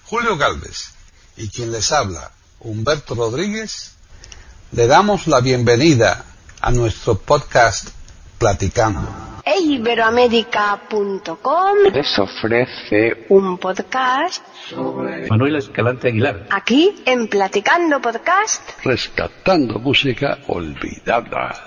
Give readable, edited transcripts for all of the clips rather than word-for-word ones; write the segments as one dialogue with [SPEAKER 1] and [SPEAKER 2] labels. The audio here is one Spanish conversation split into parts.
[SPEAKER 1] Julio Gálvez y quien les habla, Humberto Rodríguez, le damos la bienvenida a nuestro podcast Platicando.
[SPEAKER 2] Iberoamérica.com
[SPEAKER 3] les ofrece
[SPEAKER 2] un podcast
[SPEAKER 3] sobre Manuel Escalante Aguilar,
[SPEAKER 2] aquí en Platicando Podcast,
[SPEAKER 3] rescatando música olvidada.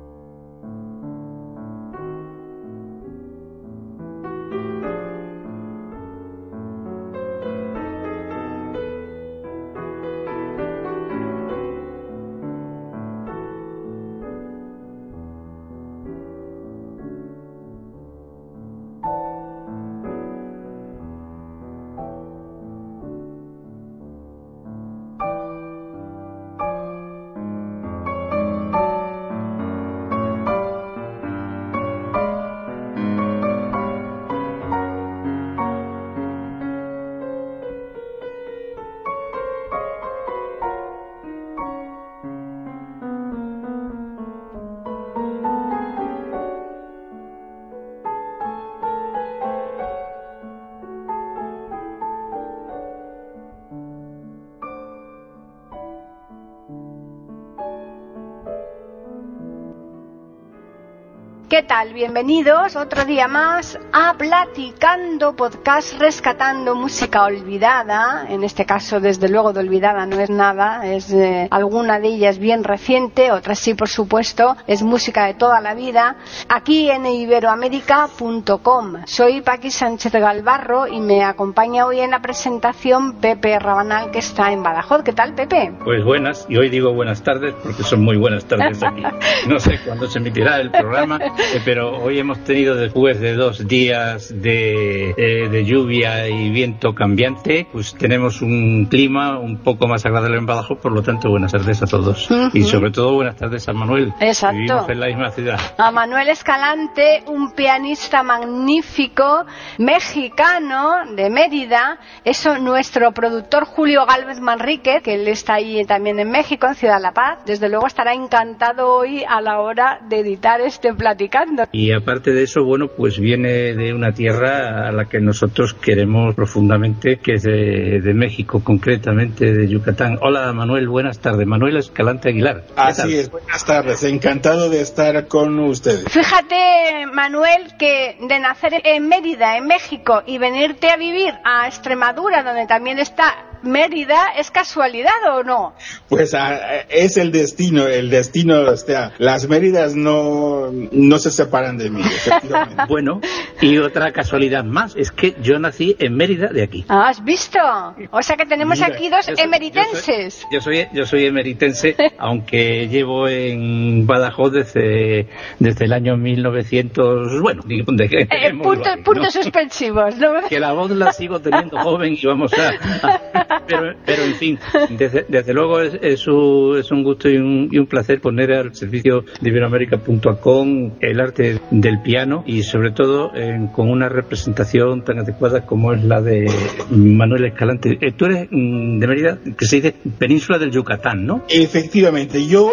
[SPEAKER 2] ¿qué tal? Bienvenidos otro día más a Platicando Podcast, rescatando música olvidada. En este caso, desde luego, de olvidada no es nada, es alguna de ellas bien reciente, otras sí, por supuesto, es música de toda la vida, aquí en Iberoamérica.com. Soy Paqui Sánchez Galvarro y me acompaña hoy en la presentación Pepe Rabanal, que está en Badajoz. ¿Qué tal, Pepe?
[SPEAKER 4] Pues buenas, y hoy digo buenas tardes porque son muy buenas tardes aquí. No sé cuándo se emitirá el programa, pero hoy hemos tenido, después de 2 días de lluvia y viento cambiante, pues tenemos un clima un poco más agradable en Badajoz. Por lo tanto, buenas tardes a todos. Y sobre todo buenas tardes a Manuel.
[SPEAKER 2] Exacto.
[SPEAKER 4] Vivimos en la misma ciudad.
[SPEAKER 2] A Manuel Escalante, un pianista magnífico, mexicano, de Mérida. Eso, nuestro productor Julio Gálvez Manríquez, que él está ahí también en México, en Ciudad La Paz. Desde luego estará encantado hoy a la hora de editar este Platicando.
[SPEAKER 4] Y aparte de eso, bueno, pues viene de una tierra a la que nosotros queremos profundamente, que es de México, concretamente de Yucatán. Hola, Manuel, buenas tardes. Manuel Escalante Aguilar.
[SPEAKER 5] Así es, buenas tardes. Encantado de estar con ustedes.
[SPEAKER 2] Fíjate, Manuel, que de nacer en Mérida, en México, y venirte a vivir a Extremadura, donde también está Mérida, ¿es casualidad o no?
[SPEAKER 5] Pues es el destino, o sea, las Méridas no se separan de mí, efectivamente.
[SPEAKER 4] Bueno, y otra casualidad más, es que yo nací en Mérida, de aquí.
[SPEAKER 2] ¿Has visto? O sea que tenemos aquí dos emeritenses.
[SPEAKER 4] Yo soy emeritense, aunque llevo en Badajoz desde el año 1900, bueno,
[SPEAKER 2] puntos suspensivos, ¿no?
[SPEAKER 4] Que la voz la sigo teniendo joven y vamos a pero en fin, desde luego es un gusto y un placer poner al servicio de Iberoamérica.com el arte del piano, y sobre todo con una representación tan adecuada como es la de Manuel Escalante. Tú eres de Mérida, que se dice Península del Yucatán, ¿no?
[SPEAKER 5] Efectivamente, yo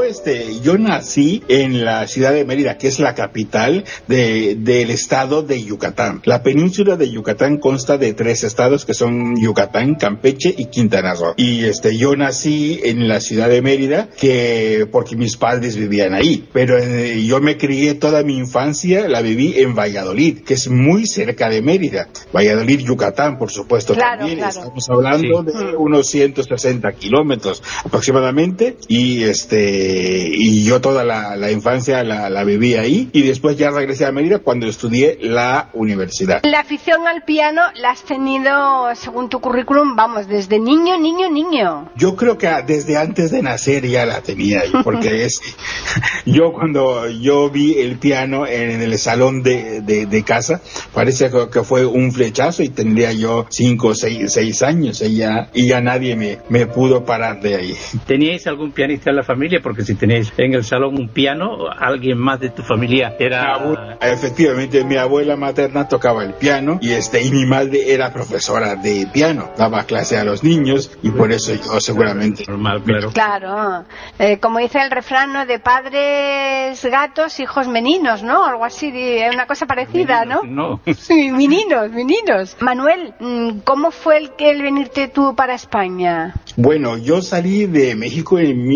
[SPEAKER 5] nací en la ciudad de Mérida, que es la capital del estado de Yucatán. La península de Yucatán consta de 3 estados, que son Yucatán, Campeche y Quintana Roo. Y yo nací en la ciudad de Mérida, porque mis padres vivían ahí, pero yo me crié toda mi infancia, la viví en Valladolid, que es muy cerca de Mérida. Valladolid, Yucatán, por supuesto, claro, también. Claro. Estamos hablando de unos 160 kilómetros aproximadamente, y yo toda la infancia la viví ahí, y después ya regresé a Mérida cuando estudié la universidad.
[SPEAKER 2] La afición al piano la has tenido, según tu currículum, vamos, desde niño.
[SPEAKER 5] Yo creo que desde antes de nacer ya la tenía, porque yo cuando yo vi el piano en el salón de casa, parece que fue un flechazo, y tendría yo 5 o 6 años, y ya nadie me pudo parar de ahí.
[SPEAKER 4] ¿Teníais algún pianista en la familia? Porque si tenéis en el salón un piano, alguien más de tu familia era...
[SPEAKER 5] Efectivamente, mi abuela materna tocaba el piano, y mi madre era profesora de piano, daba clase a los niños. años y por eso yo seguramente...
[SPEAKER 4] Normal, claro.
[SPEAKER 2] Claro. Como dice el refrán, ¿no? De padres gatos, hijos meninos, ¿no? Algo así, una cosa parecida, ¿no?
[SPEAKER 4] No.
[SPEAKER 2] Sí, meninos. Manuel, ¿cómo fue el venirte tú para España?
[SPEAKER 5] Bueno, yo salí de México en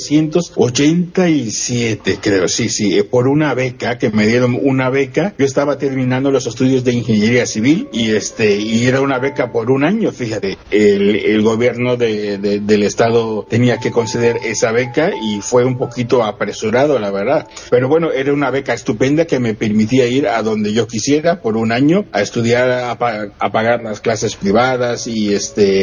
[SPEAKER 5] 1987, creo, sí, por una beca, que me dieron una beca. Yo estaba terminando los estudios de ingeniería civil y era una beca por un año, fíjate. El gobierno del estado tenía que conceder esa beca y fue un poquito apresurado, la verdad. Pero bueno, era una beca estupenda que me permitía ir a donde yo quisiera por un año a estudiar, a pagar las clases privadas y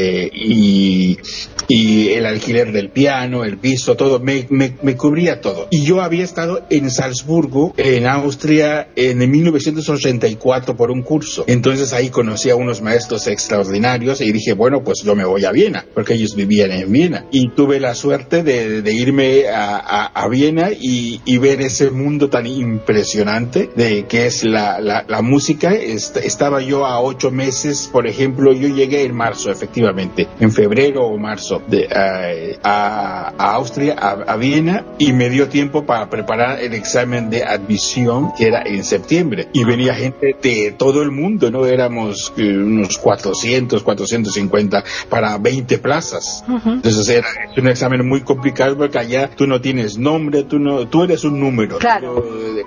[SPEAKER 5] el alquiler del piano, el piso, todo, me cubría todo. Y yo había estado en Salzburgo, en Austria, en 1984 por un curso. Entonces ahí conocí a unos maestros extraordinarios y dije, bueno, pues yo me voy a Viena, porque ellos vivían en Viena. Y tuve la suerte de irme a Viena y ver ese mundo tan impresionante de que es la música. Estaba yo a 8 meses, por ejemplo, yo llegué en marzo, efectivamente, en febrero o marzo, a Austria, a Viena, y me dio tiempo para preparar el examen de admisión, que era en septiembre, y venía gente de todo el mundo, ¿no? Éramos unos 450 para 20 plazas. Uh-huh. Entonces era un examen muy complicado porque allá tú no tienes nombre, tú eres un número.
[SPEAKER 2] Claro.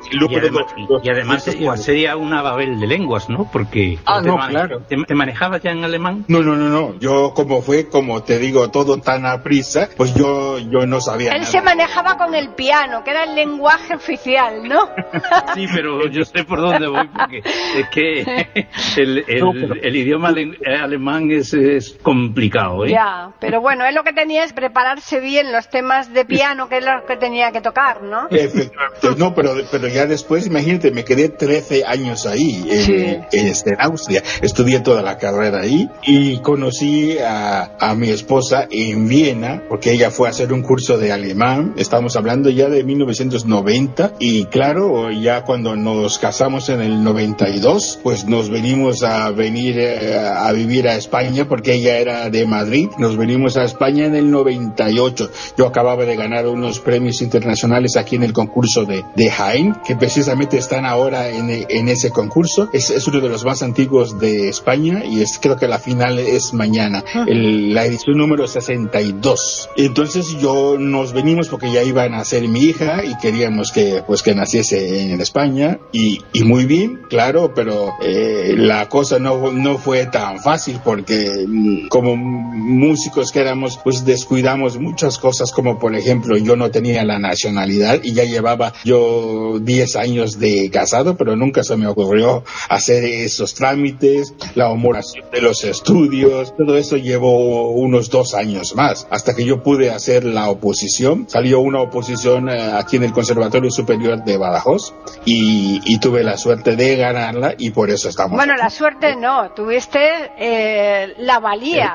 [SPEAKER 4] Y además igual sería una babel de lenguas, ¿no? Porque
[SPEAKER 5] claro.
[SPEAKER 4] ¿Te manejabas ya en alemán?
[SPEAKER 5] No. Yo como te digo, todo tan a prisa, pues yo no sabía
[SPEAKER 2] Él
[SPEAKER 5] nada.
[SPEAKER 2] se manejaba con el piano, que era el lenguaje oficial, ¿no?
[SPEAKER 4] Sí, pero yo sé por dónde voy, porque es que el idioma alemán es complicado, ¿eh?
[SPEAKER 2] Ya, pero bueno, él lo que tenía es prepararse bien los temas de piano, que es lo que tenía que tocar, ¿no?
[SPEAKER 5] Efectivamente, no, pero ya después, imagínate, me quedé 13 años ahí, en Austria. Estudié toda la carrera ahí y conocí a mi esposa en Viena, porque ella fue a hacer un curso de alemán. Estamos hablando ya de 1990 y claro, ya cuando nos casamos en el 92, pues nos venimos a vivir a España, porque ella era de Madrid. Nos venimos a España en el 98. Yo acababa de ganar unos premios internacionales aquí en el concurso de Jaén, que precisamente están ahora en ese concurso. Es uno de los más antiguos de España y creo que la final es mañana, la edición número 62. Entonces nos venimos porque ya iba a nacer mi hija y queríamos que naciese en España y muy bien, claro, pero la cosa no fue tan fácil porque como músicos que éramos, pues descuidamos muchas cosas, como por ejemplo yo no tenía la nacionalidad y ya llevaba yo 10 años de casado, pero nunca se me ocurrió hacer esos trámites, la homologación de los estudios, todo eso llevó unos 2 años más, hasta que yo pude hacer la oposición. Salió una oposición aquí en el Conservatorio Superior de Badajoz y tuve la suerte de ganarla y por eso estamos
[SPEAKER 2] Bueno,
[SPEAKER 5] aquí.
[SPEAKER 2] La suerte no, tuviste la valía.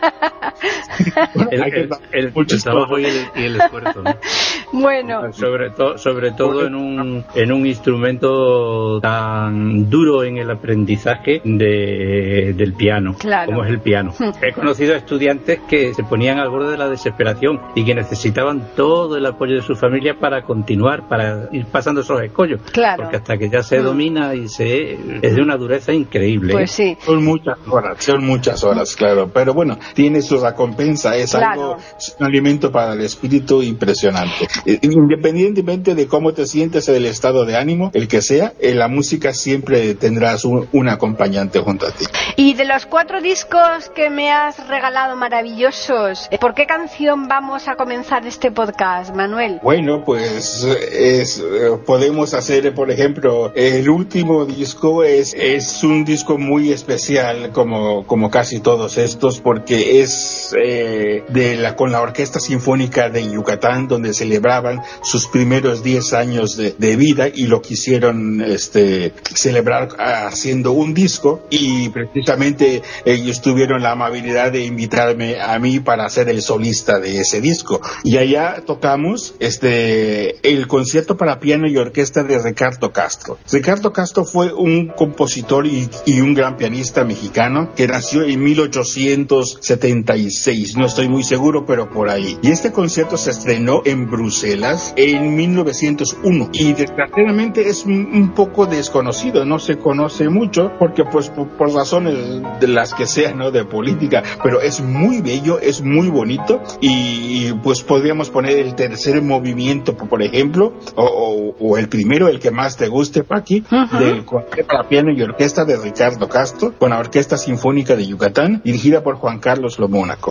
[SPEAKER 4] El trabajo y el esfuerzo, ¿no?
[SPEAKER 2] Bueno.
[SPEAKER 4] Sobre todo en un instrumento tan duro en el aprendizaje del piano,
[SPEAKER 2] claro,
[SPEAKER 4] como es el piano. He conocido a estudiantes que se ponían al borde de la desesperación y que necesitaban todo el apoyo de su familia para continuar, para ir pasando esos escollos.
[SPEAKER 2] Claro.
[SPEAKER 4] Porque hasta que ya se domina es de una dureza increíble.
[SPEAKER 2] Pues sí.
[SPEAKER 5] Son muchas horas, claro. Pero bueno, tiene su recompensa, es un alimento para el espíritu impresionante. Independientemente de cómo te sientes, el estado de ánimo, el que sea, en la música siempre tendrás un acompañante junto a ti.
[SPEAKER 2] Y de los 4 discos que me has regalado maravillosos, ¿por qué canción vamos a comenzar este podcast, Manuel?
[SPEAKER 5] Bueno, pues podemos hacer, por ejemplo, el último disco es un disco muy especial, como casi todos estos, porque es con la Orquesta Sinfónica de Yucatán, donde celebraban sus primeros 10 años de vida y lo quisieron celebrar haciendo un disco, y precisamente ellos tuvieron la amabilidad de invitarme a mí para ser el solista de ese disco, y allá tocamos el concierto para piano y orquesta de Ricardo Castro. Ricardo Castro fue un compositor y un gran pianista mexicano que nació en 1876 96, no estoy muy seguro, pero por ahí. Y este concierto se estrenó en Bruselas en 1901 y desgraciadamente es un poco desconocido, no se conoce mucho porque pues por razones de las que sean, ¿no? De política, pero es muy bello, es muy bonito y pues podríamos poner el tercer movimiento, por ejemplo, o el primero, el que más te guste, Paqui, del concierto para piano y orquesta de Ricardo Castro con la Orquesta Sinfónica de Yucatán, dirigida por Juan Carlos Lomónaco.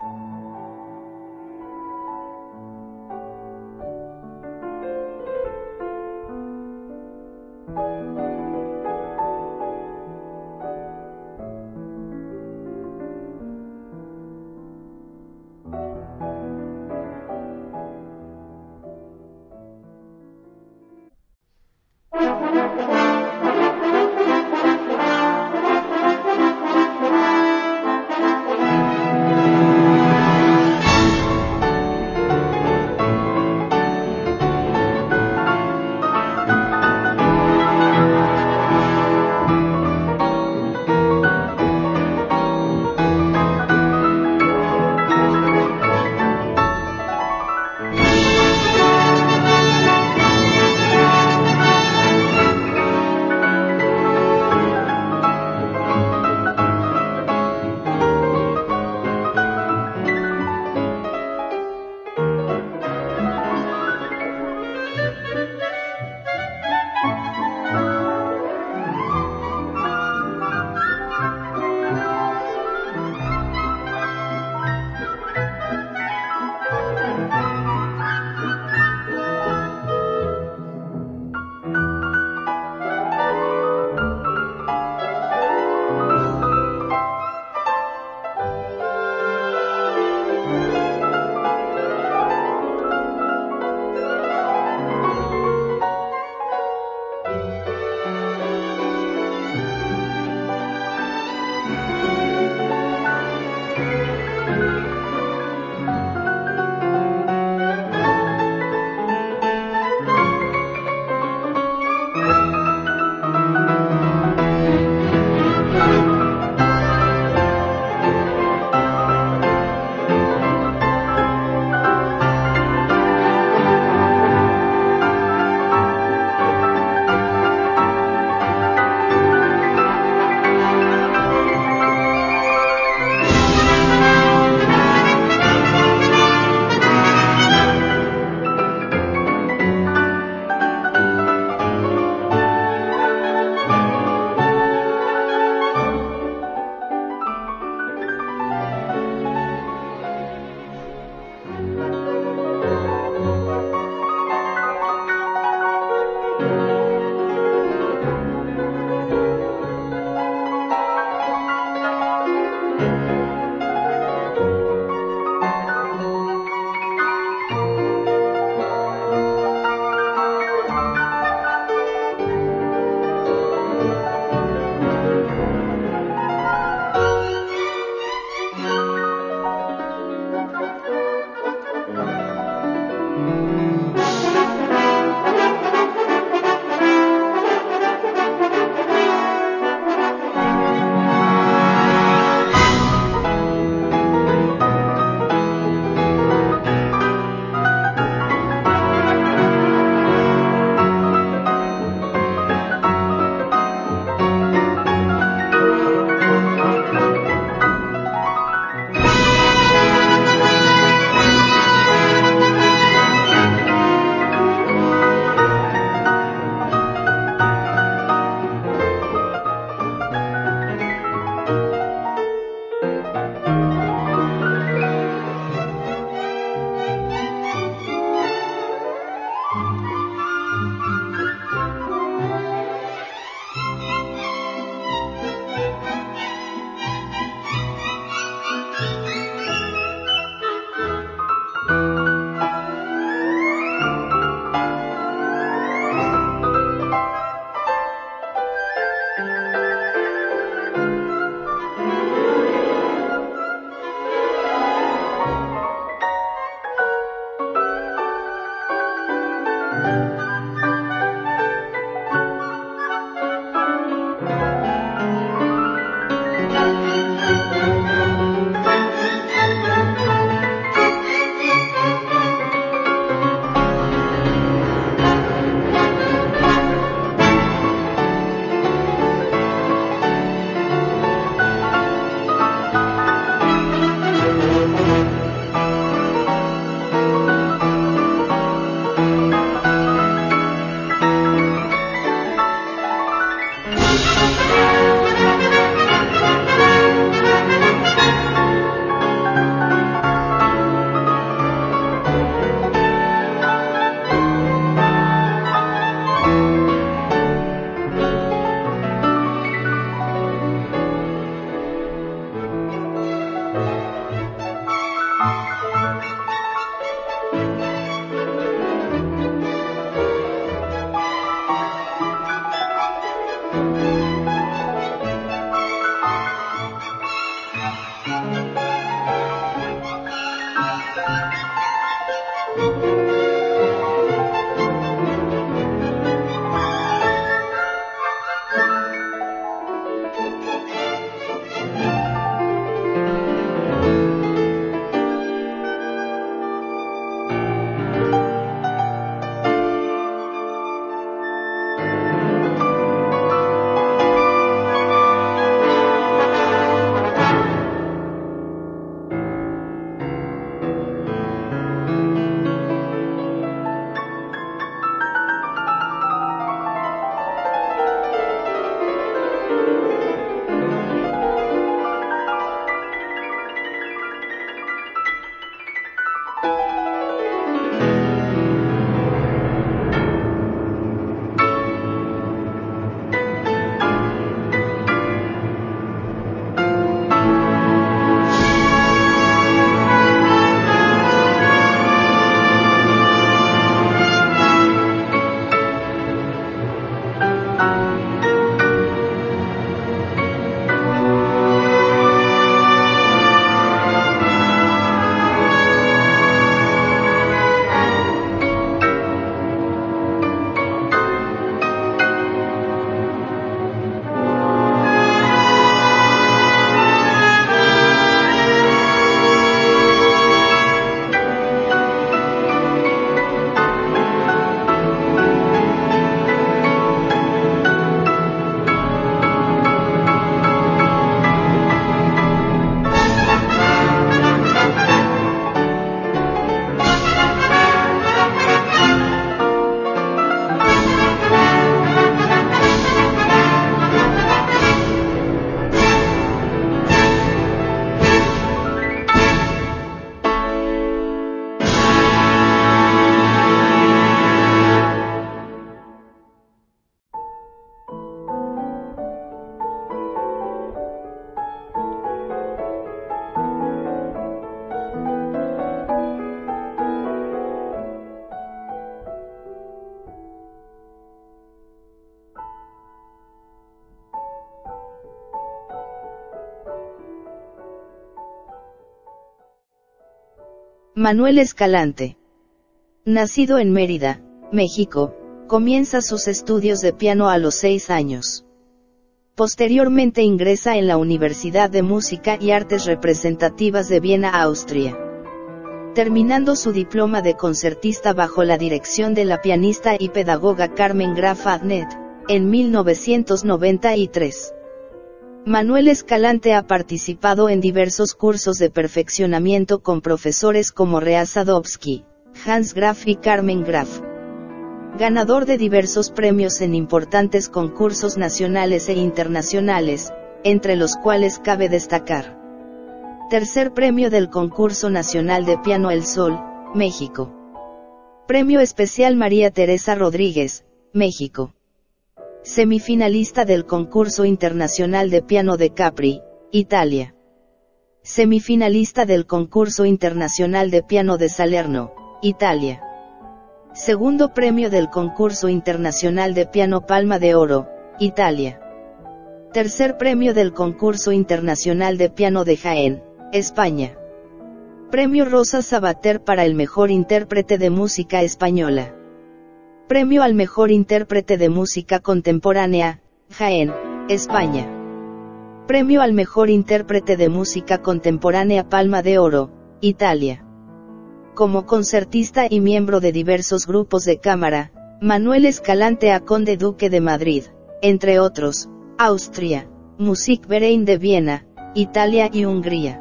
[SPEAKER 6] Manuel Escalante. Nacido en Mérida, México, comienza sus estudios de piano a los 6 años. Posteriormente ingresa en la Universidad de Música y Artes Representativas de Viena, Austria, terminando su diploma de concertista bajo la dirección de la pianista y pedagoga Carmen Graf Adnet, en 1993. Manuel Escalante ha participado en diversos cursos de perfeccionamiento con profesores como Rea Sadowski, Hans Graf y Carmen Graf. Ganador de diversos premios en importantes concursos nacionales e internacionales, entre los cuales cabe destacar: Tercer premio del Concurso Nacional de Piano El Sol, México. Premio Especial María Teresa Rodríguez, México. Semifinalista del Concurso Internacional de Piano de Capri, Italia. Semifinalista del Concurso Internacional de Piano de Salerno, Italia. Segundo premio del Concurso Internacional de Piano Palma de Oro, Italia. Tercer premio del Concurso Internacional de Piano de Jaén, España. Premio Rosa Sabater para el mejor intérprete de música española. Premio al mejor intérprete de música contemporánea, Jaén, España. Premio al mejor intérprete de música contemporánea Palma de Oro, Italia. Como concertista y miembro de diversos grupos de cámara, Manuel Escalante a Conde Duque de Madrid, entre otros, Austria, Musikverein de Viena, Italia y Hungría.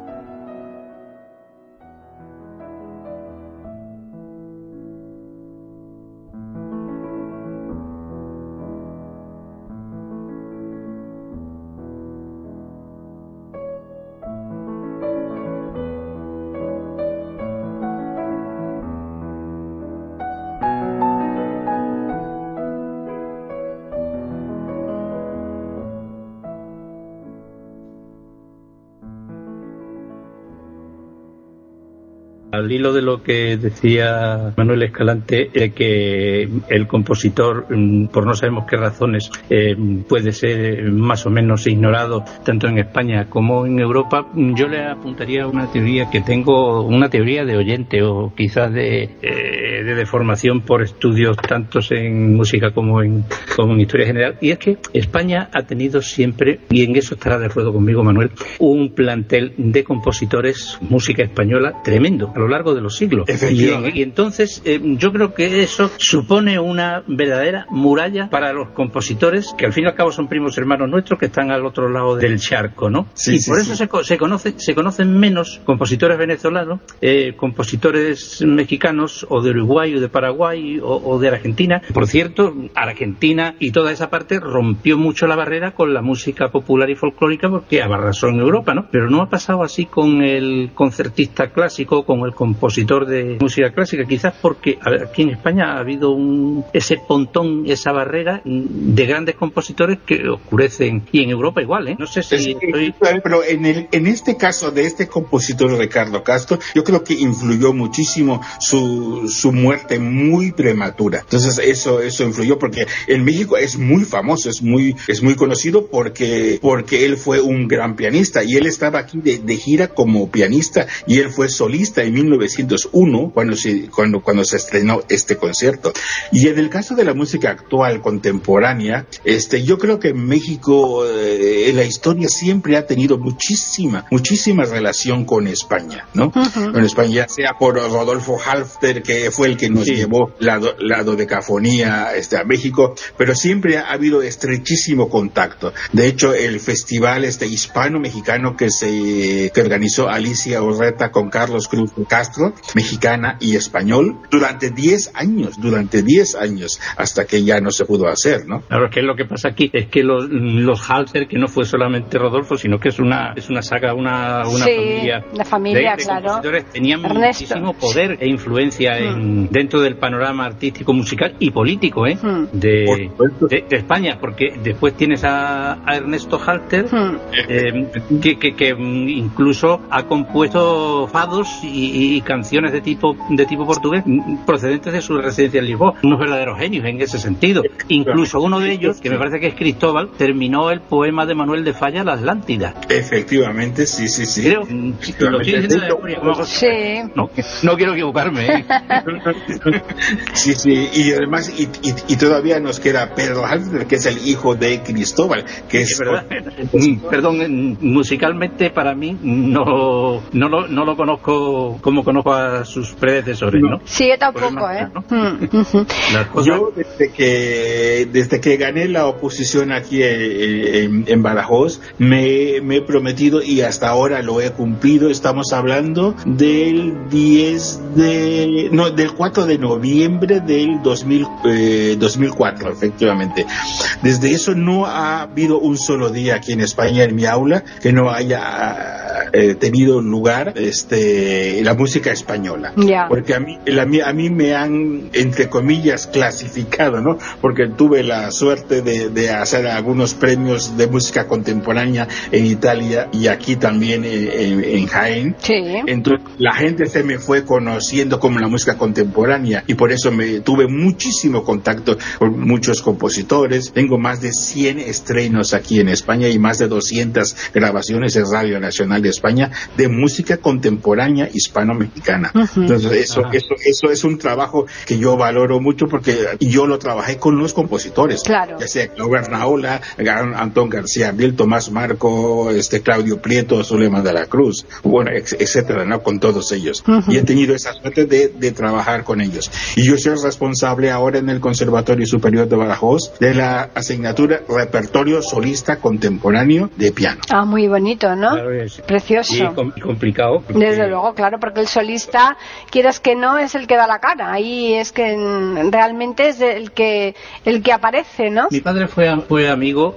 [SPEAKER 4] Al hilo de lo que decía Manuel Escalante, que el compositor, por no sabemos qué razones, puede ser más o menos ignorado tanto en España como en Europa, yo le apuntaría una teoría que tengo, una teoría de oyente o quizás de deformación por estudios tantos en música como en historia general, y es que España ha tenido siempre, y en eso estará de acuerdo conmigo Manuel, un plantel de compositores, música española, tremendo a lo largo de los siglos. Y entonces yo creo que eso supone una verdadera muralla para los compositores, que al fin y al cabo son primos hermanos nuestros que están al otro lado del charco, ¿no? Sí, y por eso se conocen menos compositores venezolanos, compositores mexicanos o de Uruguay o de Paraguay o de Argentina. Por cierto, Argentina y toda esa parte rompió mucho la barrera con la música popular y folclórica porque abarrasó en Europa, ¿no? Pero no ha pasado así con el concertista clásico, con el compositor de música clásica, quizás porque aquí en España ha habido ese pontón, esa barrera de grandes compositores que oscurecen, y en Europa igual, ¿eh? No sé si
[SPEAKER 5] pero en este caso de este compositor Ricardo Castro, yo creo que influyó muchísimo su muerte muy prematura. Entonces eso influyó, porque en México es muy famoso, es muy conocido porque él fue un gran pianista y él estaba aquí de gira como pianista y él fue solista en 1901 cuando se estrenó este concierto. Y en el caso de la música actual contemporánea, yo creo que México en la historia siempre ha tenido muchísima relación con España, ¿no? Uh-huh. Con España, sea por Rodolfo Halfter, que fue el que nos llevó la dodecafonía a México, pero siempre ha habido estrechísimo contacto. De hecho, el festival hispano-mexicano que organizó Alicia Urreta con Carlos Cruz Castro, mexicana y español, durante 10 años, hasta que ya no se pudo hacer, ¿no?
[SPEAKER 4] Claro, que lo que pasa aquí es que los Halter, que no fue solamente Rodolfo, sino que es una saga, una familia.
[SPEAKER 2] La familia,
[SPEAKER 4] de
[SPEAKER 2] claro.
[SPEAKER 4] Compositores, tenían muchísimo poder e influencia dentro del panorama artístico, musical y político, de España, porque después tienes a Ernesto Halter, que incluso ha compuesto fados y y canciones de tipo portugués procedentes de su residencia en Lisboa. Unos verdaderos genios en ese sentido. Incluso uno de ellos, que me parece que es Cristóbal, terminó el poema de Manuel de Falla, La Atlántida.
[SPEAKER 5] Efectivamente, sí.
[SPEAKER 4] Creo, lo estoy diciendo de memoria,
[SPEAKER 2] sí.
[SPEAKER 4] No quiero equivocarme, ¿eh?
[SPEAKER 5] Sí, y además, y todavía nos queda Pedro Álvarez, que es el hijo de Cristóbal, que es
[SPEAKER 4] verdad. Perdón, musicalmente para mí no lo conozco como conozco a sus predecesores, ¿no?
[SPEAKER 2] Sí, yo tampoco, ¿no?
[SPEAKER 5] Yo desde que gané la oposición aquí en Badajoz me he prometido, y hasta ahora lo he cumplido. Estamos hablando del 4 de noviembre del 2004, efectivamente. Desde eso no ha habido un solo día aquí en España, en mi aula, que no haya tenido lugar la música española.
[SPEAKER 2] Yeah.
[SPEAKER 5] Porque a mí me han, entre comillas, clasificado, ¿no? Porque tuve la suerte de hacer algunos premios de música contemporánea en Italia y aquí también en Jaén.
[SPEAKER 2] Sí.
[SPEAKER 5] Entonces la gente se me fue conociendo como la música contemporánea, y por eso tuve muchísimo contacto con muchos compositores. Tengo más de 100 estrenos aquí en España y más de 200 grabaciones en Radio Nacional de España de música contemporánea hispano-mexicana. Entonces eso es un trabajo que yo valoro mucho, porque yo lo trabajé con los compositores,
[SPEAKER 2] claro,
[SPEAKER 5] ya sea Claudio Bernaola, Antón García Abril, Tomás Marco, Claudio Prieto, Zuleman de la Cruz, bueno, etcétera, ¿no? Con todos ellos. Y he tenido esa suerte de trabajar con ellos. Y yo soy responsable ahora en el Conservatorio Superior de Badajoz de la asignatura Repertorio Solista Contemporáneo de Piano.
[SPEAKER 2] Ah, muy bonito, ¿no? Claro, precioso.
[SPEAKER 4] Y complicado.
[SPEAKER 2] Desde luego, claro, porque el solista, quieras que no, es el que da la cara. Ahí es que realmente es el que aparece, ¿no?
[SPEAKER 4] Mi padre fue amigo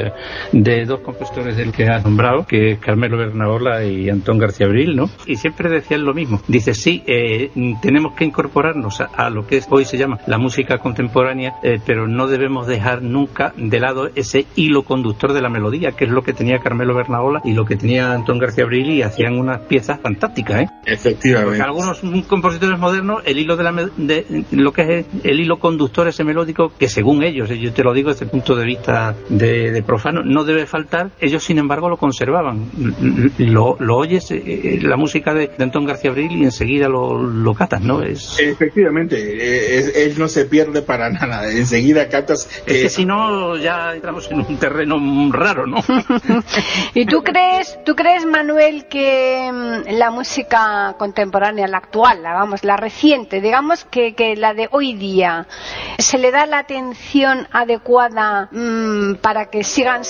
[SPEAKER 4] de dos compositores del que has nombrado, que es Carmelo Bernaola y Antón García Abril, ¿no? Y siempre decían lo mismo. Dice, sí, tenemos que incorporarnos a lo que hoy se llama la música contemporánea, pero no debemos dejar nunca de lado ese hilo conductor de la melodía, que es lo que tenía Carmelo Bernaola y lo que tenía Antón García Abril, y hacían unas piezas fantásticas, ¿eh?
[SPEAKER 5] Efectivamente.
[SPEAKER 4] Porque algunos compositores modernos, el hilo de lo que es el hilo conductor ese melódico, que según ellos, yo te lo digo desde el punto de vista de profano, no debe faltar. Ellos, sin embargo, lo conservaban. Lo oyes, la música de Antón García Abril, y enseguida lo catas, ¿no?
[SPEAKER 5] Efectivamente, él no se pierde para nada. Enseguida catas.
[SPEAKER 4] Es que si no, ya entramos en un terreno raro, ¿no?
[SPEAKER 2] ¿Y tú crees, Manuel, que la música contemporánea, la actual, la reciente, digamos que la de hoy día, se le da la atención adecuada para que sigan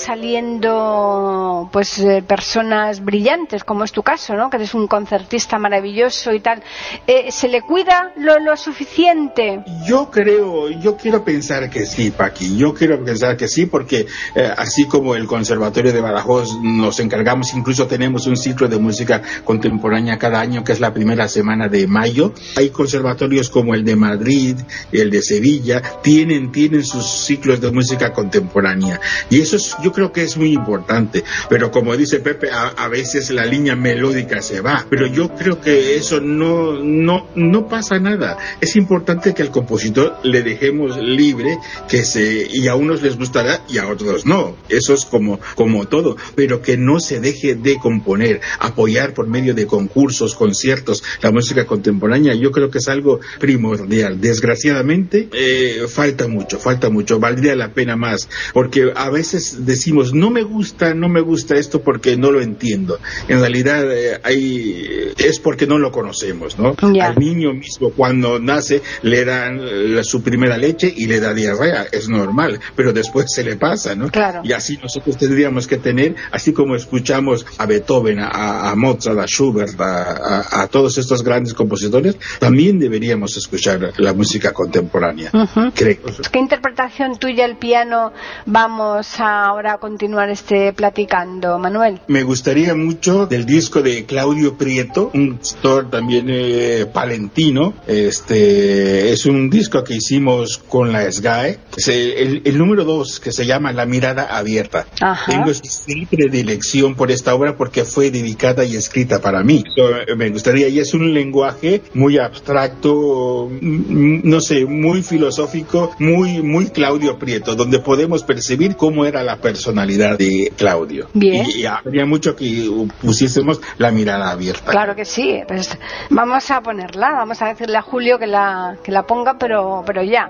[SPEAKER 2] saliendo personas brillantes, como es tu caso, ¿no? Que eres un concertista maravilloso y tal? ¿Se le cuida lo suficiente?
[SPEAKER 5] Yo quiero pensar que sí, Paqui. Yo quiero pensar que sí, porque así como el Conservatorio de Badajoz nos encargamos, incluso tenemos un ciclo de música contemporánea cada año, que es la primera semana de mayo. Hay conservatorios como el de Madrid, el de Sevilla, tienen sus ciclos de música contemporánea, y eso yo creo que es muy importante. Pero como dice Pepe, a veces la línea melódica se va, pero yo creo que eso no pasa nada. Es importante que al compositor le dejemos libre, y a unos les gustará y a otros no. Eso es como todo, pero que no se deje de componer, apoyar por medio de concursos, conciertos, la música contemporánea. Yo creo que es algo primordial. Desgraciadamente falta mucho, valdría la pena más, porque a veces decimos no me gusta esto porque no lo entiendo. En realidad es porque no lo conocemos, ¿no? Yeah. Al niño mismo, cuando nace, le dan su primera leche y le da diarrea, es normal, pero después se le pasa, ¿no?
[SPEAKER 2] Claro.
[SPEAKER 5] Y así nosotros tendríamos que tener, así como escuchamos a Beethoven, a Mozart, a Schubert, a todos estos grandes compositores, también deberíamos escuchar la música contemporánea. Creo.
[SPEAKER 2] ¿Qué interpretación tuya al piano vamos ahora a continuar platicando, Manuel?
[SPEAKER 5] Me gustaría mucho del disco de Claudio Prieto, un compositor también palentino. Es un disco que hicimos con la SGAE. Es el número 2, que se llama La mirada abierta.
[SPEAKER 2] Ajá.
[SPEAKER 5] Tengo especial predilección por esta obra porque porque fue dedicada y escrita para mí. Me gustaría, y es un lenguaje muy abstracto, no sé, muy filosófico, muy Claudio Prieto, donde podemos percibir cómo era la personalidad de Claudio.
[SPEAKER 2] Bien.
[SPEAKER 5] Y habría mucho que pusiésemos la mirada abierta.
[SPEAKER 2] Claro que sí, pues vamos a ponerla, vamos a decirle a Julio que la ponga, pero ya.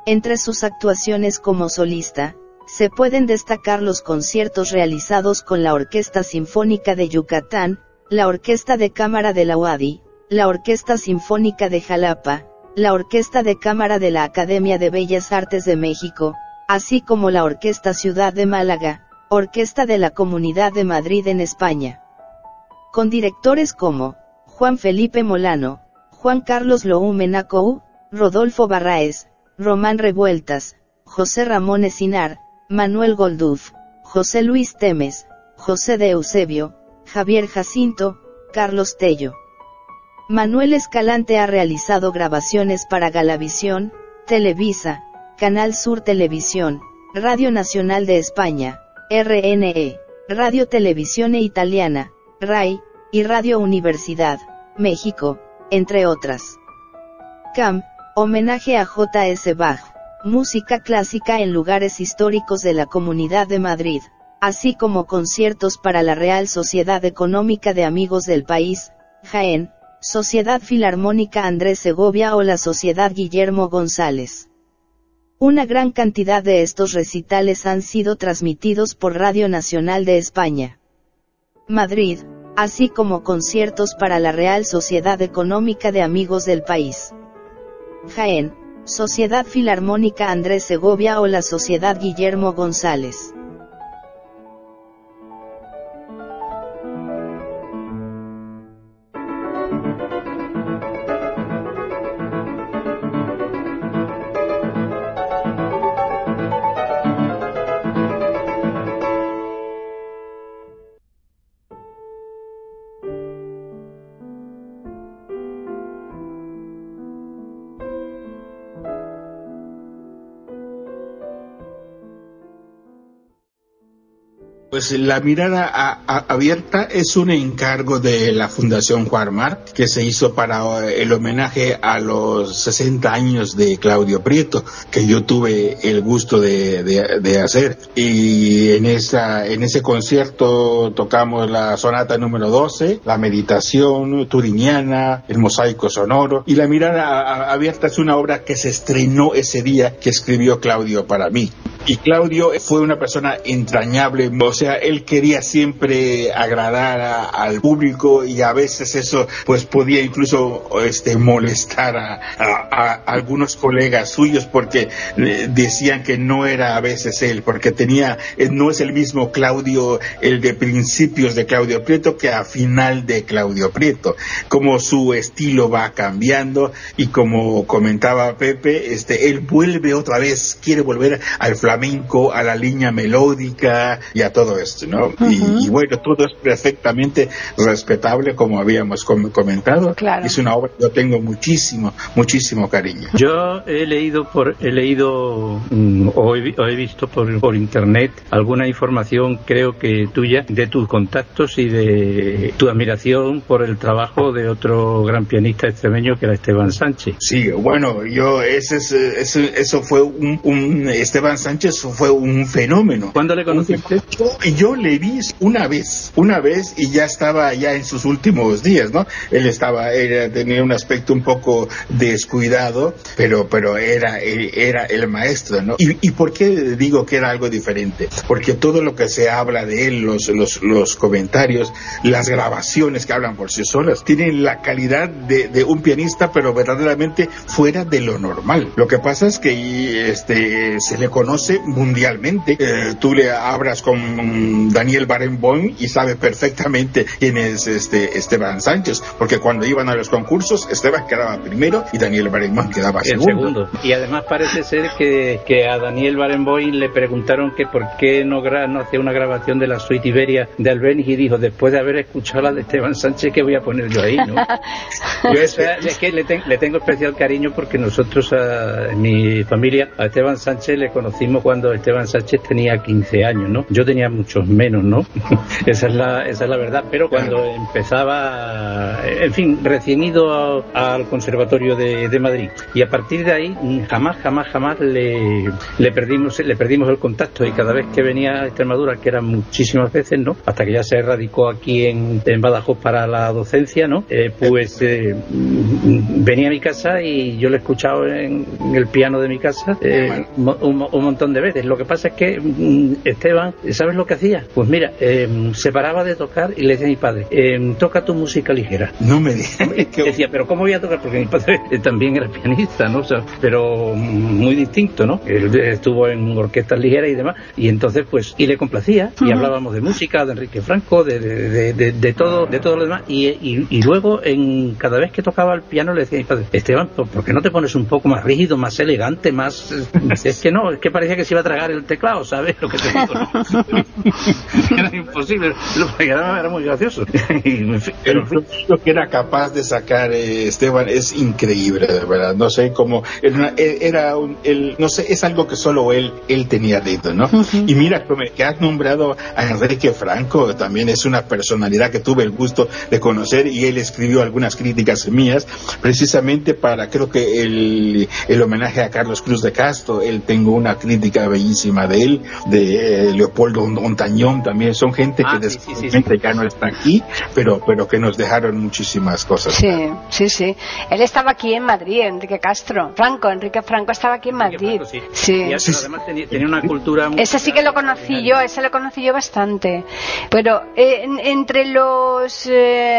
[SPEAKER 6] Entre sus actuaciones como solista, se pueden destacar los conciertos realizados con la Orquesta Sinfónica de Yucatán, la Orquesta de Cámara de la UADY, la Orquesta Sinfónica de Jalapa, la Orquesta de Cámara de la Academia de Bellas Artes de México, así como la Orquesta Ciudad de Málaga, Orquesta de la Comunidad de Madrid en España. Con directores como Juan Felipe Molano, Juan Carlos Loumenakou, Rodolfo Barraez, Román Revueltas, José Ramón Encinar, Manuel Golduf, José Luis Temes, José de Eusebio, Javier Jacinto, Carlos Tello. Manuel Escalante ha realizado grabaciones para Galavisión, Televisa, Canal Sur Televisión, Radio Nacional de España, RNE, Radio Televisione Italiana, RAI, y Radio Universidad, México, entre otras. CAM, homenaje a J.S. Bach, música clásica en lugares históricos de la Comunidad de Madrid, así como conciertos para la Real Sociedad Económica de Amigos del País, Jaén, Sociedad Filarmónica Andrés Segovia o la Sociedad Guillermo González. Una gran cantidad de estos recitales han sido transmitidos por Radio Nacional de España, Madrid, así como conciertos para la Real Sociedad Económica de Amigos del País, Jaén, Sociedad Filarmónica Andrés Segovia o la Sociedad Guillermo González.
[SPEAKER 5] Pues la mirada abierta es un encargo de la Fundación Juan March que se hizo para el homenaje a los 60 años de Claudio Prieto, que yo tuve el gusto de hacer. Y en ese concierto tocamos la sonata número 12, la meditación turiniana, el mosaico sonoro. Y la mirada abierta es una obra que se estrenó ese día que escribió Claudio para mí. Y Claudio fue una persona entrañable, o sea, él quería siempre agradar al público y a veces eso pues podía incluso molestar a algunos colegas suyos porque decían que no era a veces él, porque no es el mismo Claudio, el de principios de Claudio Prieto que a final de Claudio Prieto, como su estilo va cambiando y como comentaba Pepe, él vuelve otra vez, quiere volver al flamenco, a la línea melódica y a todo esto, ¿no? Uh-huh. Y bueno, todo es perfectamente respetable, como habíamos comentado.
[SPEAKER 2] Claro.
[SPEAKER 5] Es una obra que yo tengo muchísimo cariño.
[SPEAKER 4] Yo he leído o he visto por internet alguna información, creo que tuya, de tus contactos y de tu admiración por el trabajo de otro gran pianista extremeño que era Esteban Sánchez.
[SPEAKER 5] Sí, bueno, eso fue Esteban Sánchez fue un fenómeno.
[SPEAKER 4] ¿Cuándo le conociste?
[SPEAKER 5] Yo le vi una vez y ya estaba ya en sus últimos días, ¿no? Él tenía un aspecto un poco descuidado, pero era el maestro, ¿no? ¿Y por qué digo que era algo diferente? Porque todo lo que se habla de él, los comentarios, las grabaciones que hablan por sí solas, tienen la calidad de un pianista, pero verdaderamente fuera de lo normal. Lo que pasa es que se le conoce mundialmente. Tú le hablas con Daniel Barenboim y sabe perfectamente quién es Esteban Sánchez, porque cuando iban a los concursos, Esteban quedaba primero y Daniel Barenboim quedaba segundo.
[SPEAKER 4] Y además parece ser que a Daniel Barenboim le preguntaron que por qué no hacía una grabación de la suite Iberia de Albéniz y dijo, después de haber escuchado la de Esteban Sánchez, ¿qué voy a poner yo ahí, no? Es que le tengo especial cariño porque nosotros, en mi familia, a Esteban Sánchez le conocimos como cuando Esteban Sánchez tenía 15 años, ¿no? Yo tenía muchos menos, ¿no? Esa es la verdad, pero cuando empezaba, en fin, recién ido al Conservatorio de Madrid, y a partir de ahí jamás le perdimos el contacto, y cada vez que venía a Extremadura, que eran muchísimas veces, ¿no? Hasta que ya se radicó aquí en Badajoz para la docencia, ¿no? Venía a mi casa y yo lo he escuchado en el piano de mi casa un montón de veces. Lo que pasa es que Esteban, ¿sabes lo que hacía? Pues mira, se paraba de tocar y le decía a mi padre, toca tu música ligera.
[SPEAKER 5] No me digas.
[SPEAKER 4] Decía, pero ¿cómo voy a tocar? Porque mi padre también era pianista, ¿no? O sea, pero muy distinto, ¿no? Él estuvo en orquestas ligeras y demás, y entonces pues, y le complacía, y hablábamos de música, de Enrique Franco, de todo lo demás, y luego cada vez que tocaba el piano le decía a mi padre, Esteban, ¿por qué no te pones un poco más rígido, más elegante, más... Es que parecía que se iba a tragar el teclado, ¿sabes lo que te digo, no? Era imposible, era muy gracioso.
[SPEAKER 5] Pero lo que era capaz de sacar Esteban es increíble, de verdad. No sé cómo, no sé, es algo que solo él tenía dentro, ¿no? Y mira, que has nombrado a Enrique Franco, también es una personalidad que tuve el gusto de conocer, y él escribió algunas críticas mías, precisamente para, creo que el homenaje a Carlos Cruz de Castro. Él tengo una crítica bellísima de él, de Leopoldo Ontañón también. Son gente que desgraciadamente ya no está aquí, pero que nos dejaron muchísimas cosas.
[SPEAKER 2] Sí. Él estaba aquí en Madrid, Enrique Franco estaba aquí en Madrid. Sí.
[SPEAKER 4] Y además tenía una cultura muy...
[SPEAKER 2] Ese sí que lo conocí yo bastante. Pero entre los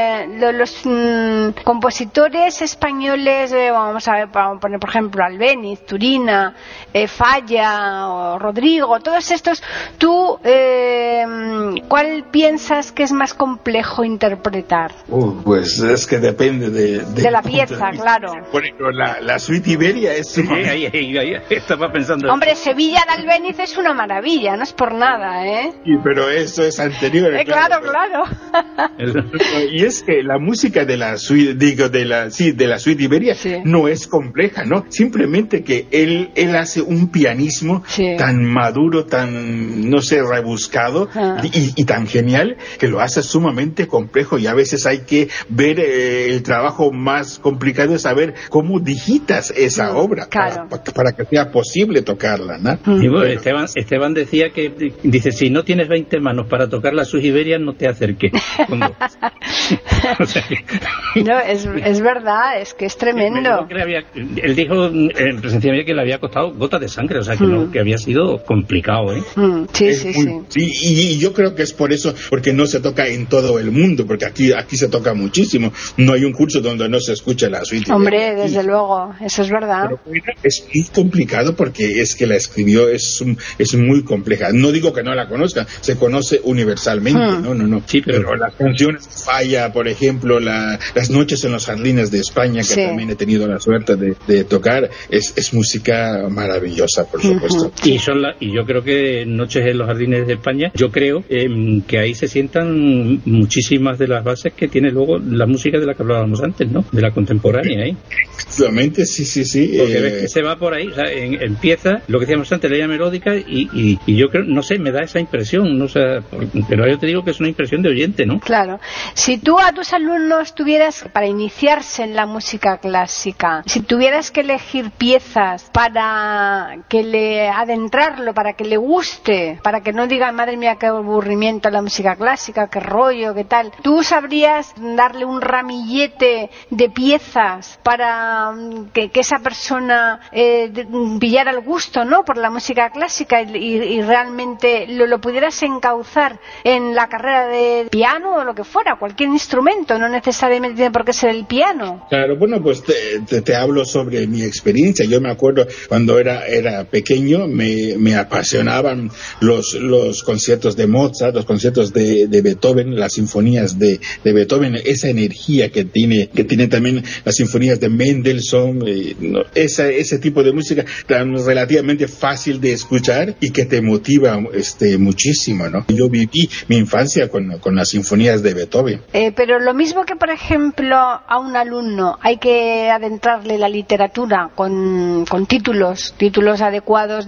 [SPEAKER 2] compositores españoles, vamos a poner por ejemplo Albéniz, Turina, Falla o Rodrigo, todos estos, ¿tú cuál piensas que es más complejo interpretar?
[SPEAKER 5] Pues es que depende de
[SPEAKER 2] la pieza, claro.
[SPEAKER 5] Por ejemplo, la suite Iberia es...
[SPEAKER 4] Sí, ahí estaba pensando.
[SPEAKER 2] Hombre, Sevilla de Albéniz es una maravilla, no es por nada, ¿eh?
[SPEAKER 5] Sí, pero eso es anterior.
[SPEAKER 2] Claro.
[SPEAKER 5] Y es que la música de la suite, de la suite Iberia no es compleja, ¿no? Simplemente que él hace un pianismo tan maduro, tan, no sé, rebuscado y tan genial, que lo hace sumamente complejo, y a veces hay que ver el trabajo más complicado, es saber cómo digitas esa obra para que sea posible tocarla, ¿no?
[SPEAKER 4] Y bueno, Esteban decía que, dice, si no tienes 20 manos para tocar la suite Iberia, no te acerques.
[SPEAKER 2] No, es verdad, es que es tremendo.
[SPEAKER 4] Él dijo en presencia mía que le había costado gotas de sangre, o sea, que había sido complicado, ¿eh?
[SPEAKER 2] Sí.
[SPEAKER 5] Y yo creo que es por eso, porque no se toca en todo el mundo, porque aquí se toca muchísimo. No hay un curso donde no se escuche la suite.
[SPEAKER 2] Hombre, desde luego, eso es verdad.
[SPEAKER 5] Pero es muy complicado, porque es que la escribió, es muy compleja. No digo que no la conozcan, se conoce universalmente, no.
[SPEAKER 4] Sí, pero
[SPEAKER 5] las canciones Falla, por ejemplo, las noches en los jardines de España, que también he tenido la suerte de tocar, es música maravillosa, por supuesto.
[SPEAKER 4] Y yo creo que Noches en los jardines de España, yo creo que ahí se sientan muchísimas de las bases que tiene luego la música de la que hablábamos antes, ¿no? De la contemporánea, ¿eh?
[SPEAKER 5] Efectivamente, sí.
[SPEAKER 4] Porque ves que se va por ahí, o sea, empieza lo que decíamos antes, la línea melódica, y yo creo, no sé, me da esa impresión, no sé, pero yo te digo que es una impresión de oyente, ¿no?
[SPEAKER 2] Claro. Si tú a tus alumnos tuvieras, para iniciarse en la música clásica, si tuvieras que elegir piezas para que le adentrarlo, para que le guste, para que no diga, madre mía, qué aburrimiento la música clásica, qué rollo, qué tal, ¿tú sabrías darle un ramillete de piezas para que esa persona pillara el gusto, ¿no?, por la música clásica y realmente lo pudieras encauzar en la carrera de piano o lo que fuera, cualquier instrumento, no necesariamente tiene por qué ser el piano?
[SPEAKER 5] Claro, bueno, pues te hablo sobre mi experiencia. Yo me acuerdo cuando era pequeño, me apasionaban los conciertos de Mozart, los conciertos de Beethoven, las sinfonías de Beethoven, esa energía que tiene también las sinfonías de Mendelssohn, ese tipo de música tan relativamente fácil de escuchar y que te motiva muchísimo, ¿no? Yo viví mi infancia con las sinfonías de Beethoven.
[SPEAKER 2] Pero lo mismo que, por ejemplo, a un alumno hay que adentrarle la literatura con títulos adecuados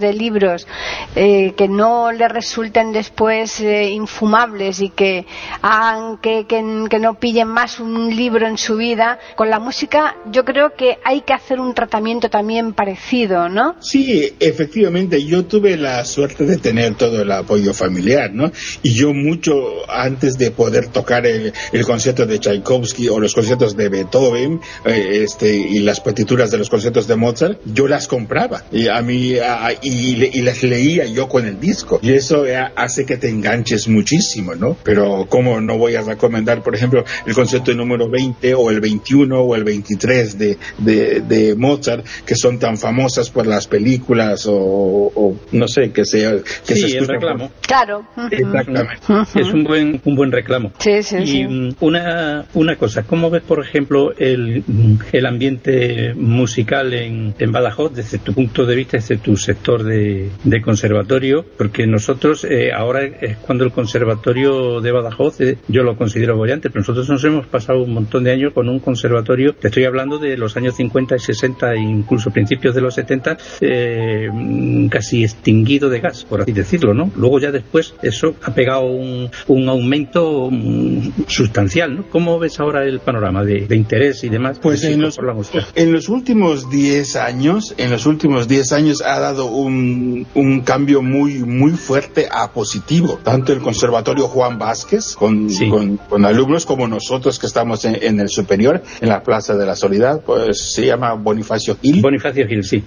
[SPEAKER 2] de libros que no le resulten después infumables y que hagan que no pillen más un libro en su vida, con la música yo creo que hay que hacer un tratamiento también parecido, ¿no?
[SPEAKER 5] Sí, efectivamente, yo tuve la suerte de tener todo el apoyo familiar, ¿no? Y yo mucho antes de poder tocar el concierto de Tchaikovsky o los conciertos de Beethoven y las partituras de los conciertos de Mozart, yo las compraba y y las leía yo con el disco, y eso hace que te enganches muchísimo, ¿no? Pero cómo no voy a recomendar, por ejemplo, el concierto número 20 o el 21 o el 23 de Mozart, que son tan famosas por las películas o no sé, que se
[SPEAKER 4] el reclamo.
[SPEAKER 2] Claro.
[SPEAKER 5] Exactamente.
[SPEAKER 4] Es un buen reclamo.
[SPEAKER 2] Sí.
[SPEAKER 4] Una cosa, ¿cómo ves, por ejemplo, el ambiente musical en Badajoz desde tu punto de vista, desde tu sector de conservatorio? Porque nosotros ahora es cuando el conservatorio de Badajoz, yo lo considero bollante, pero nosotros nos hemos pasado un montón de años con un conservatorio, te estoy hablando de los años 50 y 60 e incluso principios de los 70, casi extinguido de gas, por así decirlo, ¿no? Luego ya después eso ha pegado un aumento sustancial, ¿no? ¿Cómo ves ahora el panorama de interés y demás?
[SPEAKER 5] Pues en los últimos 10 años ha dado un cambio muy fuerte a positivo, tanto el Conservatorio Juan Vázquez con alumnos como nosotros que estamos en el superior, en la Plaza de la Soledad, pues se llama Bonifacio Gil.
[SPEAKER 4] Bonifacio Gil, sí.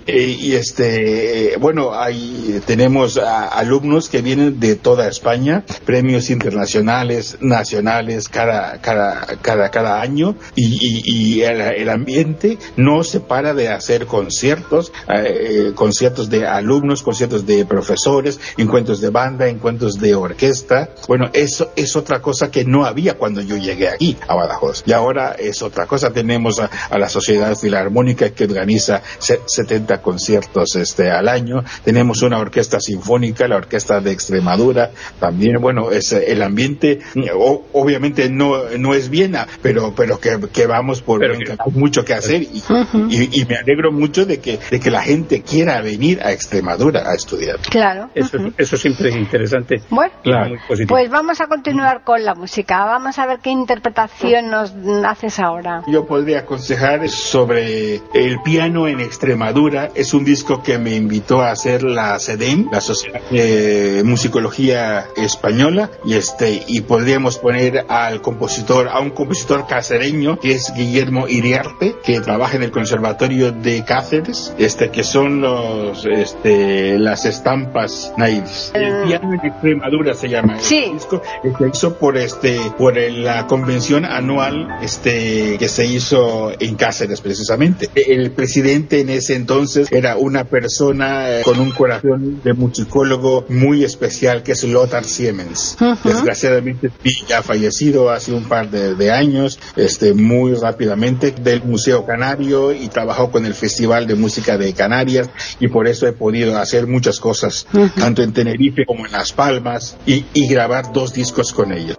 [SPEAKER 5] Ahí tenemos alumnos que vienen de toda España, premios internacionales, nacionales, cada año, y el ambiente no se para de hacer conciertos de alumnos, conciertos de profesores, encuentros de banda, encuentros de orquesta. Bueno, eso es otra cosa que no había cuando yo llegué aquí a Badajoz, y ahora es otra cosa. Tenemos a la Sociedad Filarmónica, que organiza 70 conciertos al año. Tenemos una orquesta sinfónica, la Orquesta de Extremadura también. Bueno, es el ambiente, obviamente no es Viena, pero que vamos por hay mucho que hacer, y me alegro mucho de que la gente quiera venir a Extremadura a estudiar.
[SPEAKER 2] Claro.
[SPEAKER 4] Eso siempre es interesante.
[SPEAKER 2] Bueno,
[SPEAKER 5] claro.
[SPEAKER 4] Muy positivo.
[SPEAKER 2] Pues vamos a continuar con la música. Vamos a ver qué interpretación nos haces ahora.
[SPEAKER 5] Yo podría aconsejar sobre el piano en Extremadura. Es un disco que me invitó a hacer la SEDEM, la Sociedad de Musicología Española, y podríamos poner a un compositor cacereño, que es Guillermo Iriarte, que trabaja en el Conservatorio de Cáceres, que son las estampas naives. El piano en Extremadura se llama el disco, que hizo por la convención anual que se hizo en Cáceres, precisamente. El presidente en ese entonces era una persona con un corazón de musicólogo muy especial, que es Lothar Siemens. Desgraciadamente ya fallecido hace un par de años, muy rápidamente, del Museo Canario, y trabajó con el Festival de Música de Canarias, y por eso he podido hacer muchas cosas, tanto en Tenerife como en Las Palmas, y grabar 2 discos con ellos.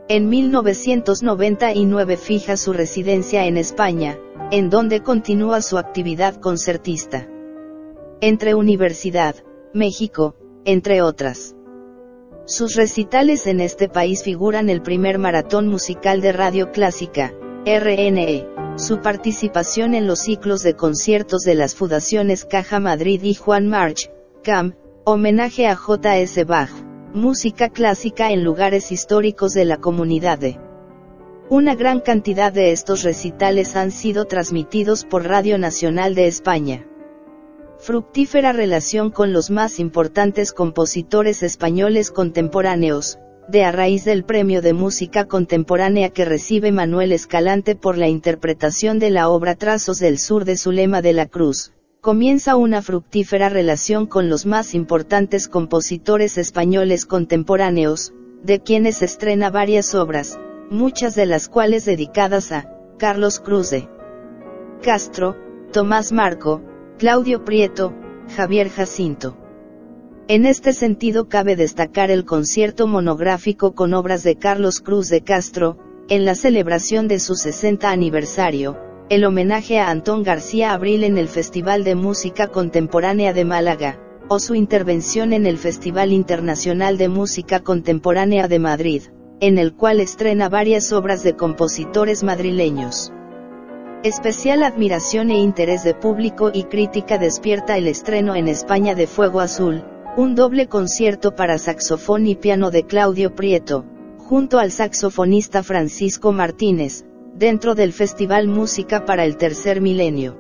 [SPEAKER 6] En 1999 fija su residencia en España, en donde continúa su actividad concertista. Entre Universidad, México, entre otras. Sus recitales en este país figuran el primer maratón musical de Radio Clásica, RNE, su participación en los ciclos de conciertos de las Fundaciones Caja Madrid y Juan March, CAM, homenaje a J.S. Bach, música clásica en lugares históricos de la comunidad de. Una gran cantidad de estos recitales han sido transmitidos por Radio Nacional de España. Fructífera relación con los más importantes compositores españoles contemporáneos, de a raíz del Premio de Música Contemporánea que recibe Manuel Escalante por la interpretación de la obra Trazos del Sur de Zulema de la Cruz, comienza una fructífera relación con los más importantes compositores españoles contemporáneos, de quienes estrena varias obras, muchas de las cuales dedicadas a Carlos Cruz de Castro, Tomás Marco, Claudio Prieto, Javier Jacinto. En este sentido cabe destacar el concierto monográfico con obras de Carlos Cruz de Castro, en la celebración de su 60 aniversario, el homenaje a Antón García Abril en el Festival de Música Contemporánea de Málaga, o su intervención en el Festival Internacional de Música Contemporánea de Madrid, en el cual estrena varias obras de compositores madrileños. Especial admiración e interés de público y crítica despierta el estreno en España de Fuego Azul, un doble concierto para saxofón y piano de Claudio Prieto, junto al saxofonista Francisco Martínez, dentro del Festival Música para el Tercer Milenio.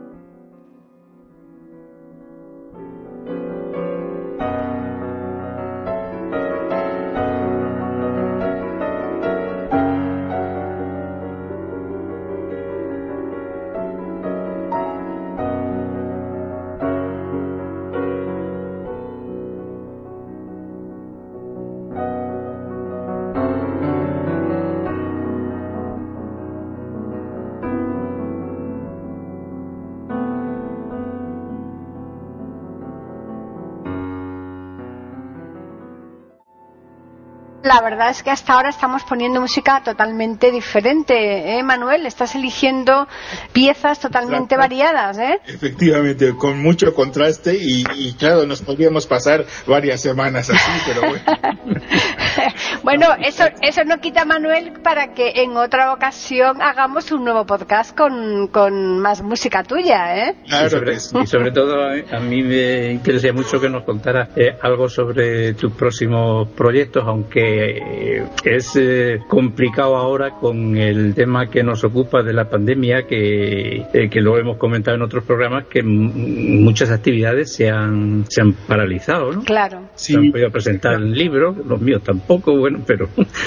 [SPEAKER 2] La verdad es que hasta ahora estamos poniendo música totalmente diferente, Manuel? Estás eligiendo piezas totalmente variadas,
[SPEAKER 5] Efectivamente, con mucho contraste y claro, nos podríamos pasar varias semanas así, pero bueno.
[SPEAKER 2] Bueno, eso no quita, Manuel, para que en otra ocasión hagamos un nuevo podcast con más música tuya,
[SPEAKER 5] Claro,
[SPEAKER 4] y sobre todo a mí me interesa mucho que nos contara algo sobre tus próximos proyectos, aunque es complicado ahora con el tema que nos ocupa de la pandemia, que lo hemos comentado en otros programas, que muchas actividades se han paralizado, ¿no?
[SPEAKER 2] Claro.
[SPEAKER 5] Sí.
[SPEAKER 4] No han podido presentar libros, los míos tampoco, bueno, pero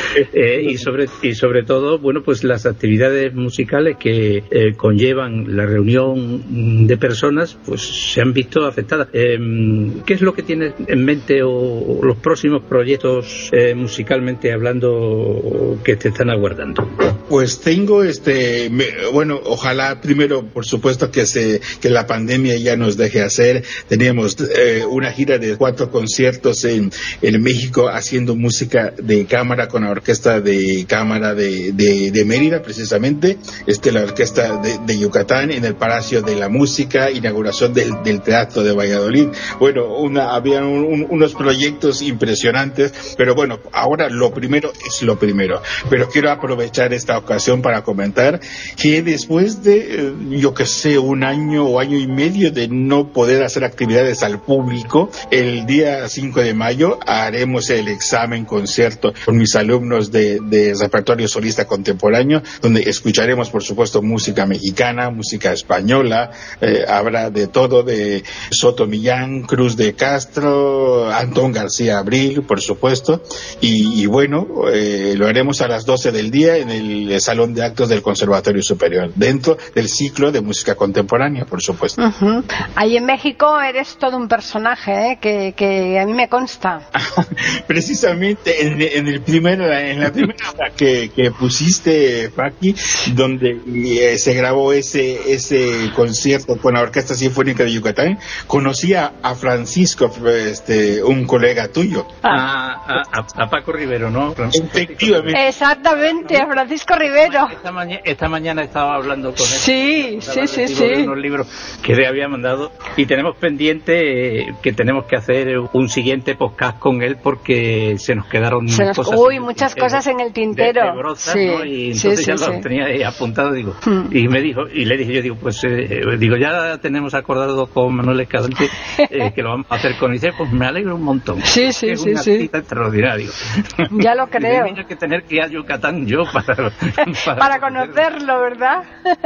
[SPEAKER 4] y sobre todo, bueno, pues las actividades musicales que conllevan la reunión de personas, pues se han visto afectadas. ¿Qué es lo que tienes en mente o los próximos proyectos musicalmente hablando que te están aguardando?
[SPEAKER 5] Pues tengo bueno, ojalá primero, por supuesto, que la pandemia ya nos deje hacer. Teníamos una gira de 4 conciertos en México haciendo música de cámara con la orquesta de cámara de Mérida, precisamente, la orquesta de Yucatán, en el Palacio de la Música, inauguración del Teatro de Valladolid. Bueno, había unos proyectos impresionantes, pero bueno, ahora lo primero es lo primero. Pero quiero aprovechar esta ocasión para comentar que después de, un año o año y medio de no poder hacer actividades al público, el día 5 de mayo haremos el examen concierto con mis alumnos de repertorio solista contemporáneo, donde escucharemos, por supuesto, música mexicana, música española, habrá de todo, de Soto Millán, Cruz de Castro, Antón García Abril, por supuesto, y bueno, lo haremos a las 12 del día en el Salón de Actos del Conservatorio Superior, dentro del ciclo de música contemporánea, por supuesto.
[SPEAKER 2] Uh-huh. Ahí en México eres todo un personaje, que a mí me consta.
[SPEAKER 5] Precisamente en la primera que pusiste, Paqui, donde se grabó ese concierto con la Orquesta Sinfónica de Yucatán, conocí a Francisco, un colega tuyo.
[SPEAKER 4] A Paco Rivero, ¿no?
[SPEAKER 5] Efectivamente.
[SPEAKER 2] Exactamente, a Francisco Rivero.
[SPEAKER 4] Esta mañana estaba hablando con él.
[SPEAKER 2] Sí.
[SPEAKER 4] Unos libros que le había mandado y tenemos pendiente que tenemos que hacer un siguiente podcast con él porque se nos quedaron
[SPEAKER 2] muchas cosas en el tintero.
[SPEAKER 4] De brozas, ¿no? Y entonces ya lo tenía ahí apuntado, digo. Y me dijo, y le dije, yo digo, pues ya tenemos acordado con Manuel Escalante que lo vamos a hacer con ICE, pues me alegro un montón.
[SPEAKER 2] Sí.
[SPEAKER 4] Es un artista extraordinario.
[SPEAKER 2] Ya lo creo.
[SPEAKER 4] Tenía que tener que ir a Yucatán yo
[SPEAKER 2] para conocerlo, ¿verdad?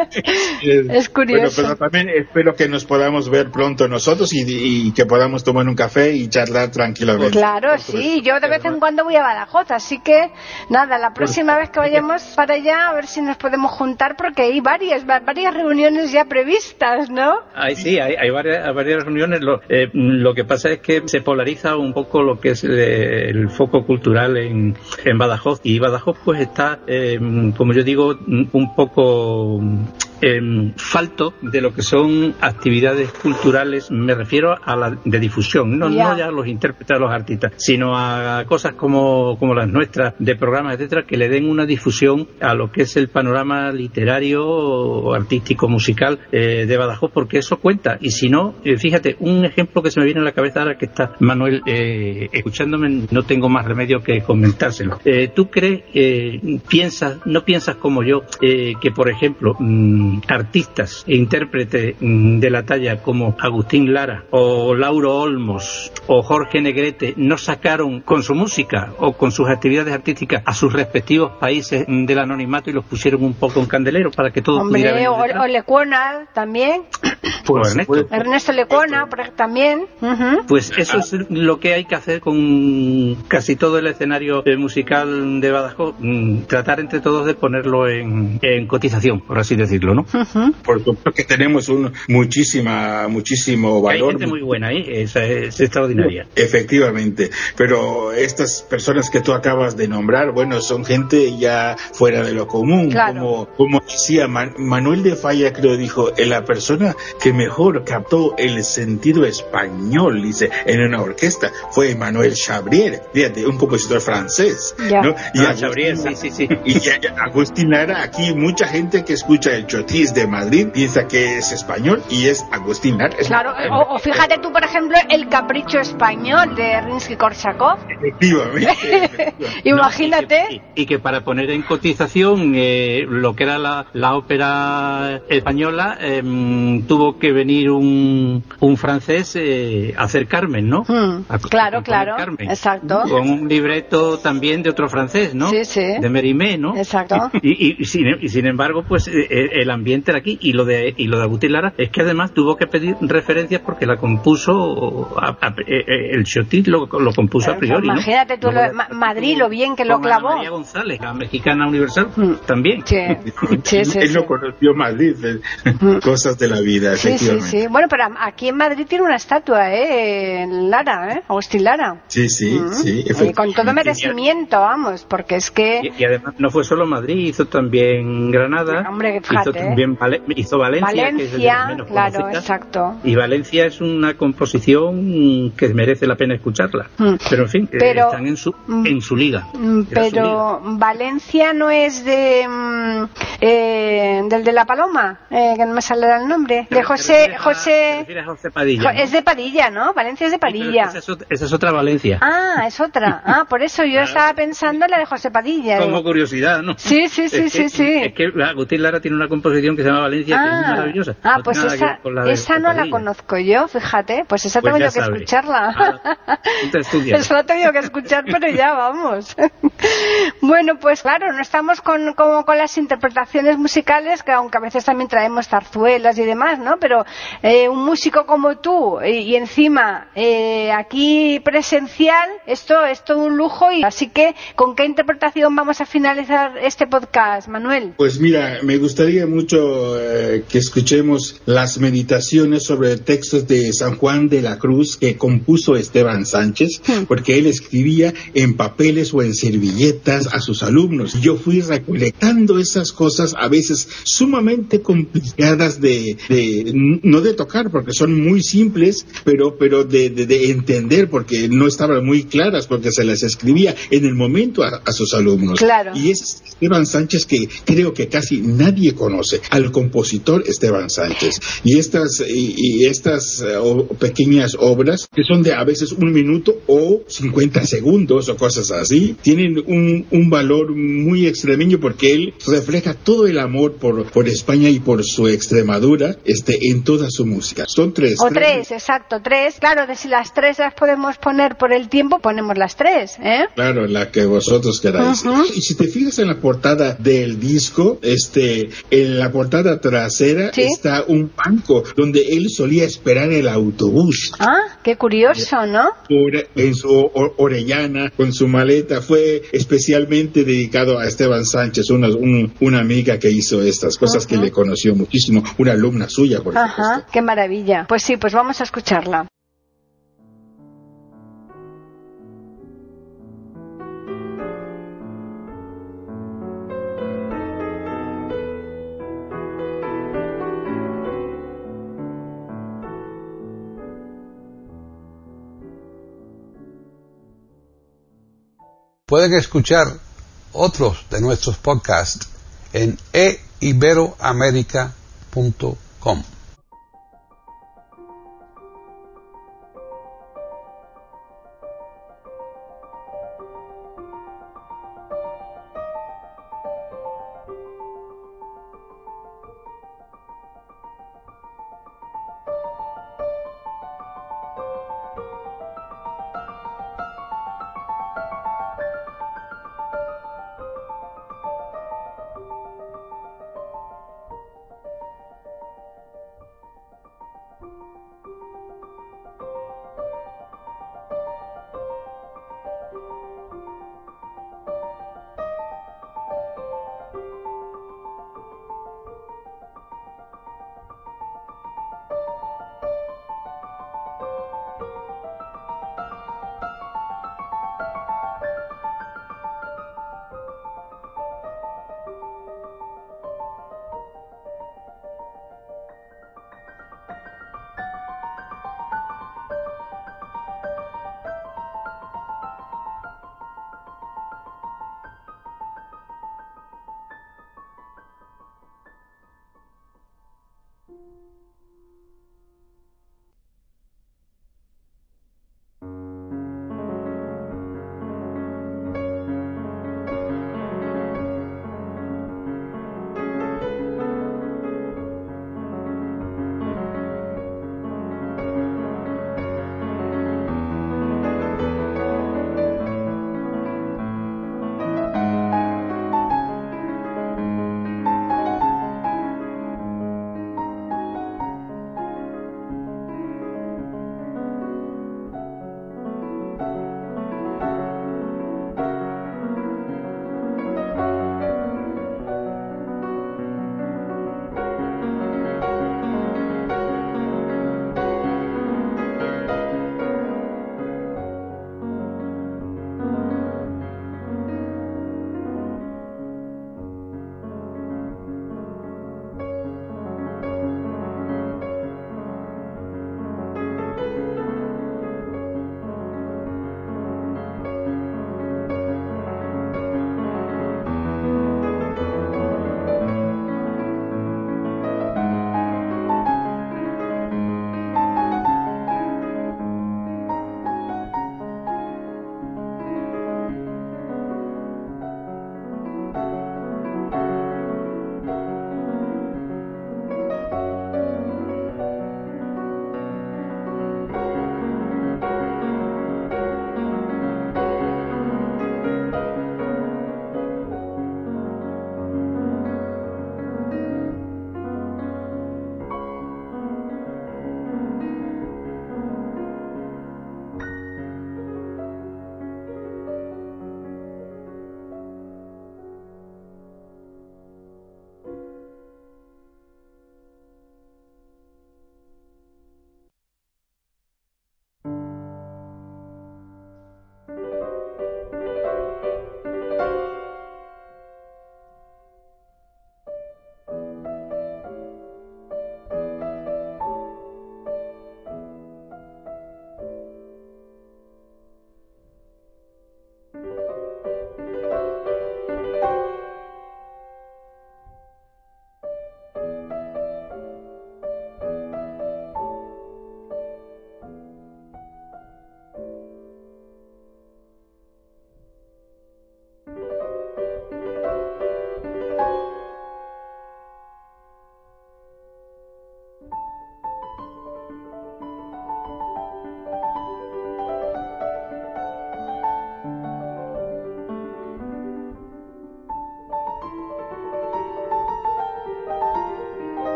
[SPEAKER 2] Es curioso.
[SPEAKER 5] Bueno, pero también espero que nos podamos ver pronto nosotros y que podamos tomar un café y charlar tranquilamente.
[SPEAKER 2] Claro, sí, yo de vez en cuando voy a Badajoz, así que nada, la próxima vez que vayamos para allá a ver si nos podemos juntar porque hay varias reuniones ya previstas, ¿no?
[SPEAKER 4] Sí, hay varias reuniones. Lo que pasa es que se polariza un poco lo que es el foco cultural en Badajoz, y Badajoz pues está, como yo digo, un poco falto de lo que son actividades culturales, me refiero a la de difusión, no ya a los intérpretes, a los artistas, sino a cosas como las nuestras, de programas, etcétera, que le den una difusión a lo que es el panorama literario, artístico, musical de Badajoz, porque eso cuenta. Y si no, fíjate, un ejemplo que se me viene a la cabeza ahora que está Manuel escuchándome, no tengo más remedio que comentárselo. ¿Tú crees, no piensas como yo, que por ejemplo artistas e intérpretes de la talla como Agustín Lara o Lauro Olmos o Jorge Negrete no sacaron con su música o con sus actividades artísticas a sus respectivos países del anonimato y los pusieron un poco en candelero para que todo pudiera venir detrás?
[SPEAKER 2] O Lecuona también.
[SPEAKER 4] Pues
[SPEAKER 2] Ernesto Lecuona también.
[SPEAKER 4] Pues eso es lo que hay que hacer con casi todo el escenario musical de Badajoz, tratar entre todos de ponerlo en cotización, por así decirlo, ¿no?
[SPEAKER 5] Por supuesto que tenemos muchísimo valor.
[SPEAKER 4] Hay gente muy buena ahí, es extraordinaria.
[SPEAKER 5] Efectivamente, pero estas personas que tú acabas de nombrar, bueno, son gente ya fuera de lo común.
[SPEAKER 2] Claro.
[SPEAKER 5] Como decía Manuel de Falla, creo, dijo, la persona que mejor captó el sentido español, dice, en una orquesta, fue Emmanuel Chabrier, fíjate, un compositor francés, ¿no? Y
[SPEAKER 4] Chabrier, sí.
[SPEAKER 5] Y Agustín Lara, aquí mucha gente que escucha el chotis de Madrid piensa que es español y es Agustín Lara.
[SPEAKER 2] Claro, o fíjate tú, por ejemplo, el Capricho Español de Rimsky-Korsakov.
[SPEAKER 5] Efectivamente.
[SPEAKER 2] Imagínate.
[SPEAKER 4] Y que para poner en cotización lo que era la ópera española, tuvo que venir un francés a hacer Carmen, ¿no?
[SPEAKER 2] Claro,
[SPEAKER 4] Carmen,
[SPEAKER 2] exacto.
[SPEAKER 4] Con un libreto también de otro francés, ¿no?
[SPEAKER 2] Sí.
[SPEAKER 4] De Mérimée, ¿no?
[SPEAKER 2] Exacto.
[SPEAKER 4] Y sin embargo, pues el ambiente era aquí, y lo de Agustín Lara es que además tuvo que pedir referencias porque la compuso el Chotis lo compuso a priori,
[SPEAKER 2] imagínate tú, Madrid, lo bien que lo clavó.
[SPEAKER 4] María González, la mexicana universal, también.
[SPEAKER 2] Sí.
[SPEAKER 5] Él lo conoció Madrid, cosas de la vida, efectivamente.
[SPEAKER 2] Sí. Bueno, pero aquí en Madrid tiene una estatua, Lara, Agustín Lara.
[SPEAKER 5] Sí,
[SPEAKER 2] y con todo merecimiento, vamos, porque es que...
[SPEAKER 4] Y además no fue solo Madrid, hizo también Granada,
[SPEAKER 2] hombre, fíjate,
[SPEAKER 4] hizo Valencia, que es de las menos
[SPEAKER 2] claro,
[SPEAKER 4] conocidas.
[SPEAKER 2] Exacto.
[SPEAKER 4] Y Valencia es una composición que merece la pena escucharla. Pero en fin, están en su liga.
[SPEAKER 2] Pero Valencia no es del de la Paloma, que no me sale el nombre, de José
[SPEAKER 4] Padilla.
[SPEAKER 2] Es de Padilla, ¿no? Valencia es de Padilla.
[SPEAKER 4] Sí, esa es otra Valencia.
[SPEAKER 2] Es otra. Por eso yo estaba pensando en la de José Padilla.
[SPEAKER 4] Como curiosidad, ¿no?
[SPEAKER 2] Sí.
[SPEAKER 4] Es que Agustín Lara tiene una composición que se llama Valencia, que es maravillosa.
[SPEAKER 2] Pues esa no la conozco yo, fíjate. Pues esa tengo yo que escucharla. Eso la tengo que escuchar, pero ya vamos. Bueno, pues claro, no estamos con las interpretaciones musicales, que aunque a veces también traemos zarzuelas y demás, ¿no? Pero un músico como tú y encima aquí presencial, esto es todo un lujo. Y así que, ¿con qué interpretación vamos a finalizar este podcast, Manuel?
[SPEAKER 5] Pues mira, me gustaría mucho que escuchemos las meditaciones sobre textos de San Juan de la Cruz que compuso Esteban Sánchez, porque él escribía en papeles o en servilletas a sus alumnos. Yo fui recolectando esas cosas a veces sumamente complicadas no de tocar, porque son muy simples, pero de entender, porque no estaban muy claras, porque se las escribía en el momento a sus alumnos.
[SPEAKER 2] Claro.
[SPEAKER 5] Y es Esteban Sánchez, que creo que casi nadie conoce, al compositor Esteban Sánchez. Y estas pequeñas obras, que son de a veces 1 minuto o 50 segundos o cosas así, tienen un valor muy extremeño, porque él refleja todo el amor por España y por su Extremadura en toda su música. Son tres.
[SPEAKER 2] Exacto, tres. Claro, de si las tres las podemos poner por el tiempo, ponemos las tres, ¿eh?
[SPEAKER 5] Claro, la que vosotros queráis. Y si te fijas en la portada del disco, en la portada trasera, ¿sí?, está un banco donde él solía esperar el autobús.
[SPEAKER 2] Ah, qué curioso, ¿no?
[SPEAKER 5] En su Orellana, con su maleta. Fue especialmente dedicado a Esteban Sánchez, una amiga que hizo estas cosas, que le conoció muchísimo, una alumna suya, por ejemplo.
[SPEAKER 2] Qué maravilla. Pues sí, pues vamos a escucharla.
[SPEAKER 1] Pueden escuchar otros de nuestros podcasts en eiberoamerica.com.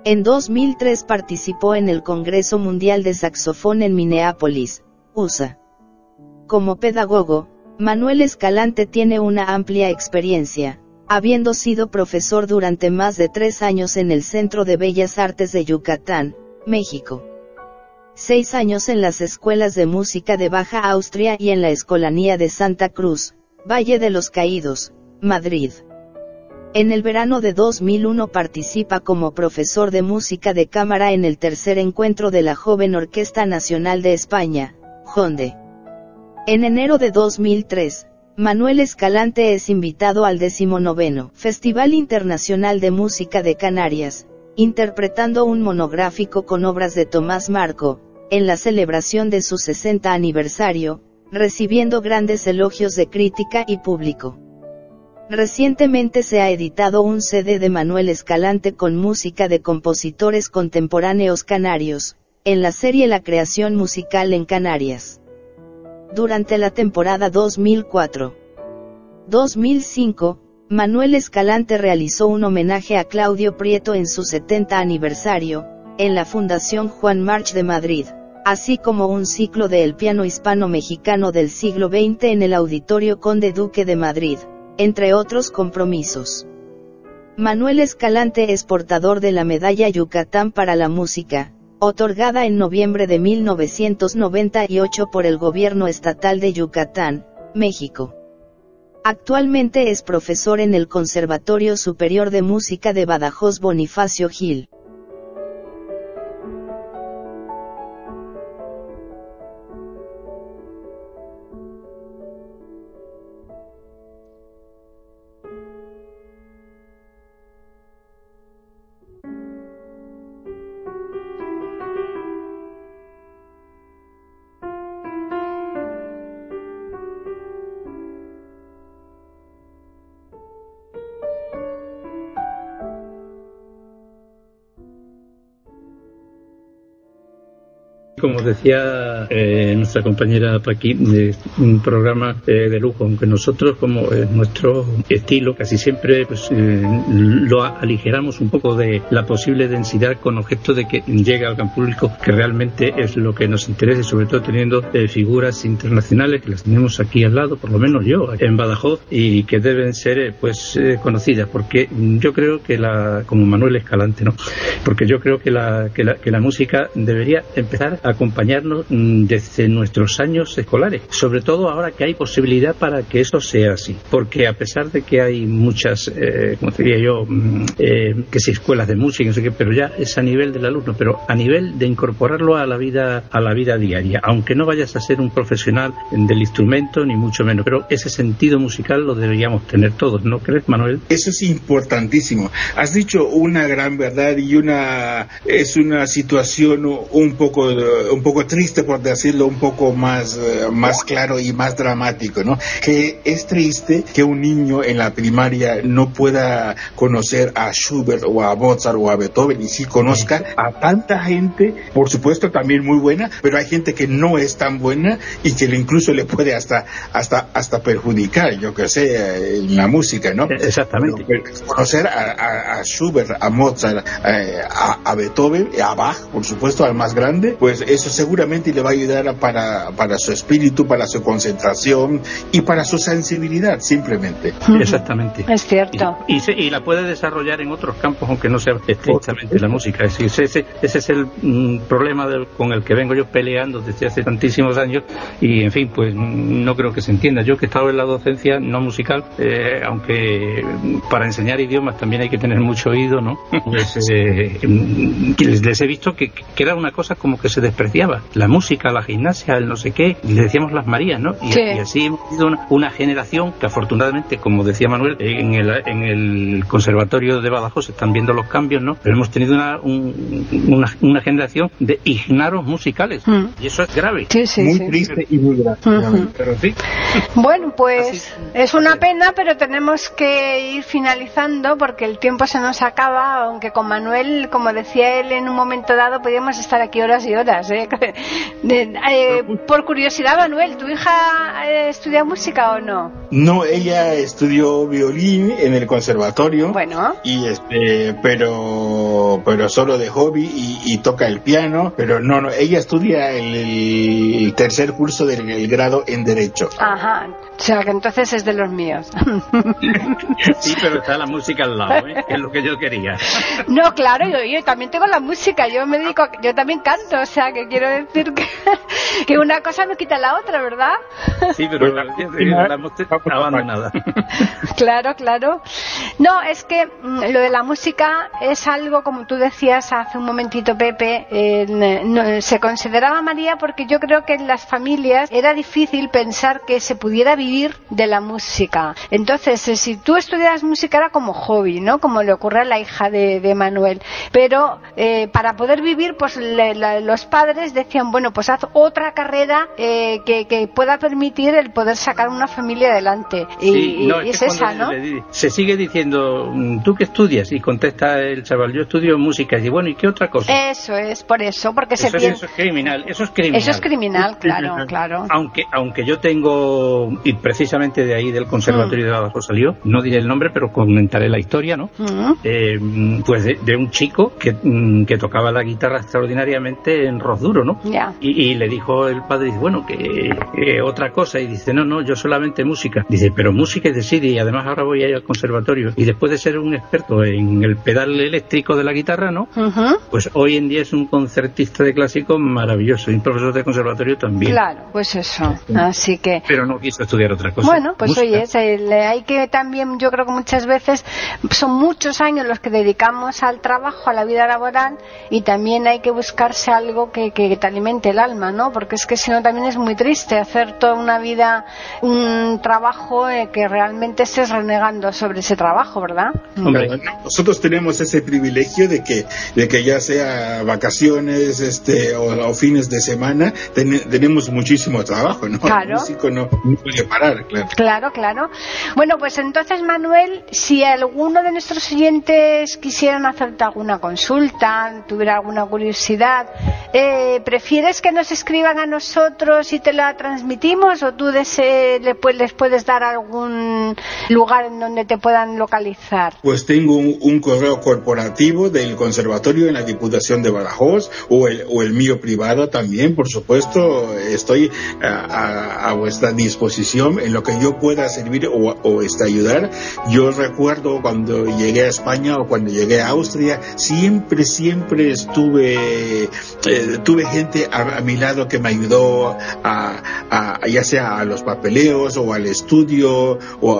[SPEAKER 6] En 2003 participó en el Congreso Mundial de Saxofón en Minneapolis, USA. Como pedagogo, Manuel Escalante tiene una amplia experiencia, habiendo sido profesor durante más de 3 años en el Centro de Bellas Artes de Yucatán, México. 6 años en las escuelas de música de Baja Austria y en la Escolanía de Santa Cruz, Valle de los Caídos, Madrid. En el verano de 2001 participa como profesor de música de cámara en el tercer encuentro de la Joven Orquesta Nacional de España, JONDE. En enero de 2003, Manuel Escalante es invitado al 19º Festival Internacional de Música de Canarias, interpretando un monográfico con obras de Tomás Marco, en la celebración de su 60 aniversario, recibiendo grandes elogios de crítica y público. Recientemente se ha editado un CD de Manuel Escalante con música de compositores contemporáneos canarios, en la serie La Creación Musical en Canarias. Durante la temporada 2004-2005, Manuel Escalante realizó un homenaje a Claudio Prieto en su 70 aniversario, en la Fundación Juan March de Madrid, así como un ciclo de El piano hispano-mexicano del siglo XX en el Auditorio Conde Duque de Madrid, entre otros compromisos. Manuel Escalante es portador de la Medalla Yucatán para la Música, otorgada en noviembre de 1998 por el Gobierno Estatal de Yucatán, México. Actualmente es profesor en el Conservatorio Superior de Música de Badajoz Bonifacio Gil.
[SPEAKER 4] Como decía nuestra compañera Paqui, un programa de lujo, aunque nosotros, como nuestro estilo, casi siempre lo aligeramos un poco de la posible densidad con objeto de que llegue al gran público, que realmente es lo que nos interesa, y sobre todo teniendo figuras internacionales que las tenemos aquí al lado, por lo menos yo, en Badajoz, y que deben ser conocidas, porque yo creo que como Manuel Escalante, ¿no? Porque yo creo que la música debería empezar a acompañarnos desde nuestros años escolares, sobre todo ahora que hay posibilidad para que eso sea así, porque a pesar de que hay muchas, como diría yo, que si escuelas de música, no sé qué, pero ya es a nivel del alumno, pero a nivel de incorporarlo a la vida diaria, aunque no vayas a ser un profesional del instrumento ni mucho menos, pero ese sentido musical lo deberíamos tener todos, ¿no crees, Manuel?
[SPEAKER 5] Eso es importantísimo. Has dicho una gran verdad y es una situación un poco triste, por decirlo un poco más claro y más dramático, ¿no? Que es triste que un niño en la primaria no pueda conocer a Schubert o a Mozart o a Beethoven, y sí conozca a tanta gente, por supuesto también muy buena, pero hay gente que no es tan buena y que incluso le puede hasta perjudicar, yo que sé, en la música, ¿no?
[SPEAKER 4] Exactamente.
[SPEAKER 5] Pero conocer a Schubert, a Mozart, a Beethoven, a Bach, por supuesto, al más grande, pues eso seguramente le va a ayudar para su espíritu, para su concentración y para su sensibilidad, simplemente.
[SPEAKER 4] Exactamente.
[SPEAKER 2] Es cierto.
[SPEAKER 4] Y la puede desarrollar en otros campos, aunque no sea estrictamente la música. Ese es el problema con el que vengo yo peleando desde hace tantísimos años, y en fin, pues no creo que se entienda. Yo que he estado en la docencia no musical, aunque para enseñar idiomas también hay que tener mucho oído, ¿no? Pues, les he visto que era una cosa como que se despreciaba. La música, la gimnasia, el no sé qué, y le decíamos las Marías, ¿no? Y así hemos tenido una generación que afortunadamente, como decía Manuel, en el Conservatorio de Badajoz se están viendo los cambios, ¿no? Pero hemos tenido una generación de ignaros musicales, y eso es grave.
[SPEAKER 5] Muy triste y muy grave.
[SPEAKER 4] Pero sí.
[SPEAKER 2] Bueno, pues es una pena, pero tenemos que ir finalizando porque el tiempo se nos acaba, aunque con Manuel, como decía él en un momento dado, podíamos estar aquí horas y horas. músicas, ¿eh? Por curiosidad, Manuel, ¿tu hija estudia música o no?
[SPEAKER 5] No, ella estudió violín en el conservatorio.
[SPEAKER 2] Bueno.
[SPEAKER 5] Y pero solo de hobby y toca el piano, pero no, ella estudia el tercer curso del grado en Derecho.
[SPEAKER 2] Ajá, o sea que entonces es de los míos.
[SPEAKER 4] Sí, pero está la música al lado, ¿eh? Que es lo que yo quería.
[SPEAKER 2] No, claro, yo también tengo la música, yo también canto, o sea que quiero decir que una cosa no quita la otra, ¿verdad?
[SPEAKER 4] Sí, pero la hemos abandonada.
[SPEAKER 2] Claro. No, es que lo de la música es algo, como tú decías hace un momentito, Pepe, se consideraba, María, porque yo creo que en las familias era difícil pensar que se pudiera vivir de la música. Entonces, si tú estudias música era como hobby, ¿no? Como le ocurre a la hija de Manuel. Pero para poder vivir, pues los padres decían, bueno, pues haz otra carrera que pueda permitir el poder sacar una familia adelante.
[SPEAKER 4] Sí,
[SPEAKER 2] y es esa, ¿no?
[SPEAKER 4] Se sigue diciendo, ¿tú qué estudias? Y contesta el chaval, yo estudio música. Y dice, bueno, ¿y qué otra cosa?
[SPEAKER 2] Eso es, por eso, porque
[SPEAKER 4] eso es criminal. Eso es criminal,
[SPEAKER 2] claro.
[SPEAKER 4] Aunque yo tengo, y precisamente de ahí del Conservatorio de Badajoz salió, no diré el nombre, pero comentaré la historia, ¿no? Pues de un chico que tocaba la guitarra extraordinariamente en rock duro, ¿no?
[SPEAKER 2] Yeah.
[SPEAKER 4] Y le dijo el padre, dice, bueno, que otra cosa. Y dice, no, yo solamente música. Dice, pero música es decir, y además ahora voy a ir al conservatorio. Y después de ser un experto en el pedal eléctrico de la guitarra, ¿no? Pues hoy en día es un concertista de clásico maravilloso y un profesor de conservatorio también.
[SPEAKER 2] Claro, pues eso. Así que...
[SPEAKER 4] Pero no quiso estudiar otra cosa.
[SPEAKER 2] Bueno, pues
[SPEAKER 4] música.
[SPEAKER 2] Oye, hay que también, yo creo que muchas veces son muchos años los que dedicamos al trabajo, a la vida laboral, y también hay que buscarse algo que te alimente el alma, ¿no? Porque es que si no también es muy triste hacer toda una vida un trabajo que realmente estés renegando sobre ese trabajo, ¿verdad?
[SPEAKER 4] Hombre,
[SPEAKER 5] nosotros tenemos ese privilegio de que ya sea vacaciones o fines de semana tenemos muchísimo trabajo, ¿no?
[SPEAKER 2] Claro.
[SPEAKER 5] El músico no puede parar, claro.
[SPEAKER 2] Claro. Bueno, pues entonces, Manuel, si alguno de nuestros oyentes quisieran hacerte alguna consulta, tuviera alguna curiosidad, ¿prefieres que nos escriban a nosotros y te la transmitimos, o tú les puedes dar algún lugar en donde te puedan localizar?
[SPEAKER 5] Pues tengo un correo corporativo del conservatorio en la Diputación de Badajoz, o el mío privado también, por supuesto. Estoy a vuestra disposición en lo que yo pueda servir o ayudar. Yo recuerdo cuando llegué a España o cuando llegué a Austria, siempre tuve gente a mi lado que me ayudó ya sea a los papeleos o al estudio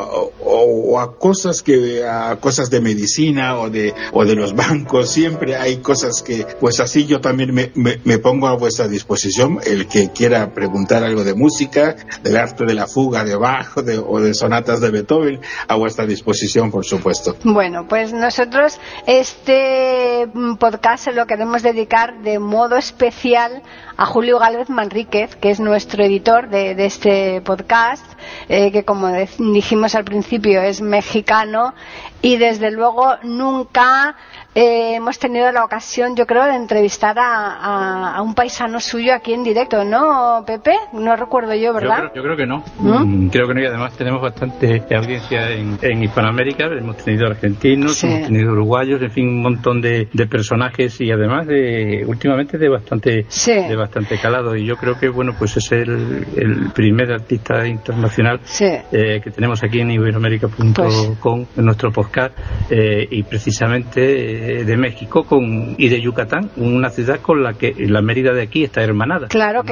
[SPEAKER 5] o a cosas de medicina o de los bancos. Siempre hay cosas que, pues así yo también me pongo a vuestra disposición. El que quiera preguntar algo de música, del arte de la fuga de Bach o de sonatas de Beethoven, a vuestra disposición, por supuesto.
[SPEAKER 2] Bueno, pues nosotros este podcast se lo queremos dedicar de modo especial a Julio Gálvez Manríquez, que es nuestro editor de este podcast, que como dijimos al principio es mexicano, y desde luego nunca hemos tenido la ocasión, yo creo, de entrevistar a un paisano suyo aquí en directo, ¿no, Pepe? No recuerdo yo, ¿verdad?
[SPEAKER 4] Yo creo que no. Creo que no, y además tenemos bastante audiencia en Hispanoamérica. Hemos tenido argentinos,
[SPEAKER 2] sí.
[SPEAKER 4] Hemos tenido uruguayos, en fin, un montón de personajes, y además últimamente de bastante calado. Y yo creo que, bueno, pues es el primer artista internacional que tenemos aquí en iberoamerica.com, en nuestro podcast, y precisamente de México y de Yucatán, una ciudad con la que la Mérida de aquí está hermanada.
[SPEAKER 2] Claro.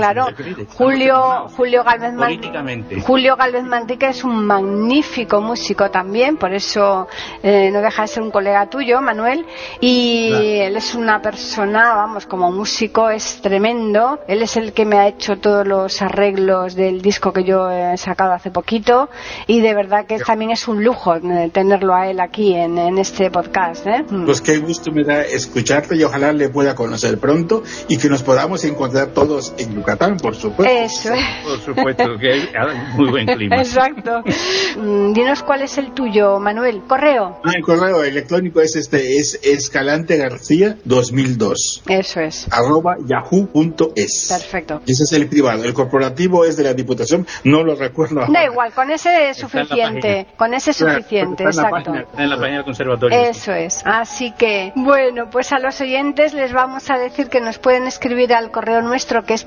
[SPEAKER 2] Julio Gálvez Manríquez es un magnífico músico también, por eso no deja de ser un colega tuyo, Manuel, y claro. Él es una persona, vamos, como músico es tremendo. Él es el que me ha hecho todos los arreglos del disco que yo he sacado hace poquito, y de verdad que también es un lujo tenerlo a él aquí en este podcast, ¿eh?
[SPEAKER 5] Pues qué gusto me da escucharte, y ojalá le pueda conocer pronto y que nos podamos encontrar todos en Yucatán, por supuesto.
[SPEAKER 2] Eso es.
[SPEAKER 4] Por supuesto, que hay muy buen clima.
[SPEAKER 2] Exacto. Dinos cuál es el tuyo, Manuel. ¿Correo?
[SPEAKER 5] El correo electrónico es Escalantegarcía 2002.
[SPEAKER 2] Eso es.
[SPEAKER 5] yahoo.es.
[SPEAKER 2] Perfecto.
[SPEAKER 5] Ese es el privado. El corporativo es de la Diputación, no lo recuerdo.
[SPEAKER 2] Da igual, con ese es suficiente. Con ese es suficiente, exacto.
[SPEAKER 4] En la página del conservatorio.
[SPEAKER 2] Eso es. Así que, bueno, pues a los oyentes les vamos a decir que nos pueden escribir al correo nuestro, que es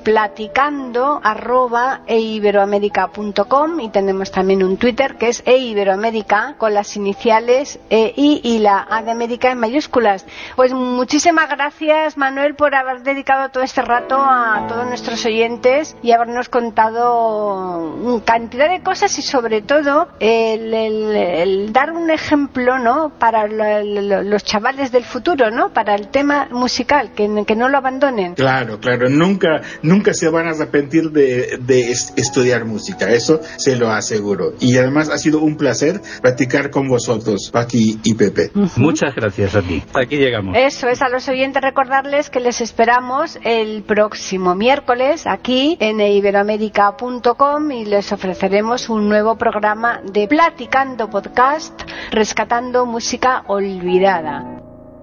[SPEAKER 2] platicando@eiberoamerica.com, y tenemos también un Twitter que es eiberoamerica con las iniciales EI y la A de América en mayúsculas. Pues muchísimas gracias, Manuel, por haber dedicado todo este rato a todos nuestros oyentes y habernos contado cantidad de cosas, y sobre todo el dar un ejemplo, ¿no?, para los chavales del futuro, ¿no?, para el tema musical, que no lo abandonen.
[SPEAKER 5] Claro, nunca se van a arrepentir de estudiar música, eso se lo aseguro. Y además ha sido un placer platicar con vosotros, Paqui y Pepe.
[SPEAKER 4] Muchas gracias a ti. Aquí llegamos.
[SPEAKER 2] Eso es, a los oyentes recordarles que les esperamos el próximo miércoles aquí en iberoamerica.com, y les ofreceremos un nuevo programa de Platicando Podcast, rescatando música olvidada.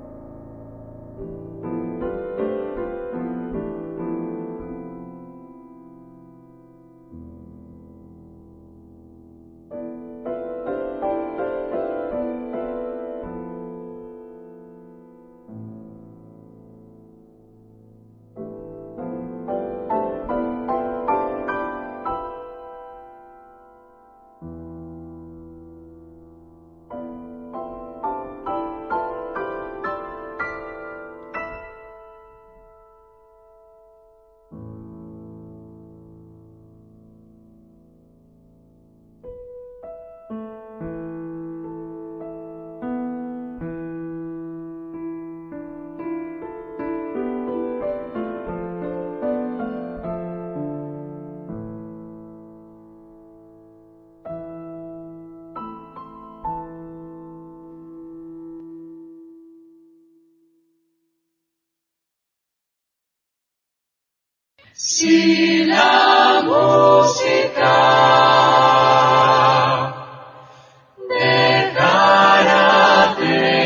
[SPEAKER 7] Si la música dejara de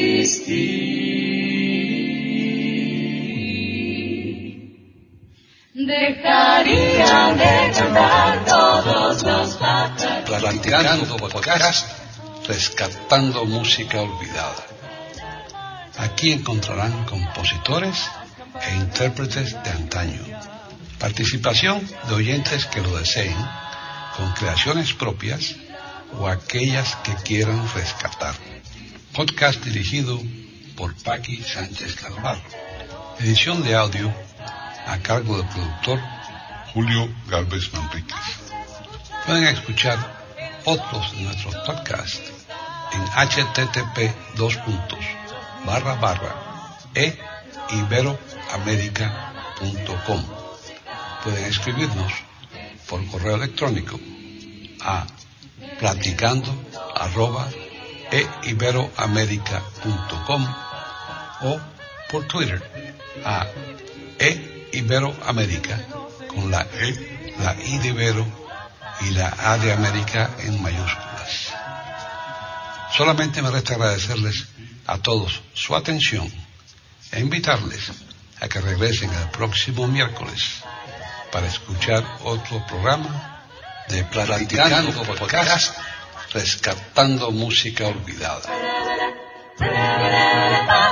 [SPEAKER 7] existir, dejarían de cantar todos los pájaros.
[SPEAKER 1] Platicando Podcast, rescatando música olvidada. Aquí encontrarán compositores e intérpretes de antaño. Participación de oyentes que lo deseen, con creaciones propias o aquellas que quieran rescatar. Podcast dirigido por Paqui Sánchez Carvalho. Edición de audio a cargo del productor Julio Gálvez Manríquez. Pueden escuchar otros de nuestros podcasts en http://eiberoamerica.com. Pueden escribirnos por correo electrónico a platicando@eiberoamerica.com o por Twitter a eiberoamerica con la E, la I de Ibero y la A de América en mayúsculas. Solamente me resta agradecerles a todos su atención e invitarles a que regresen el próximo miércoles para escuchar otro programa de Platicando Podcast, rescatando música olvidada.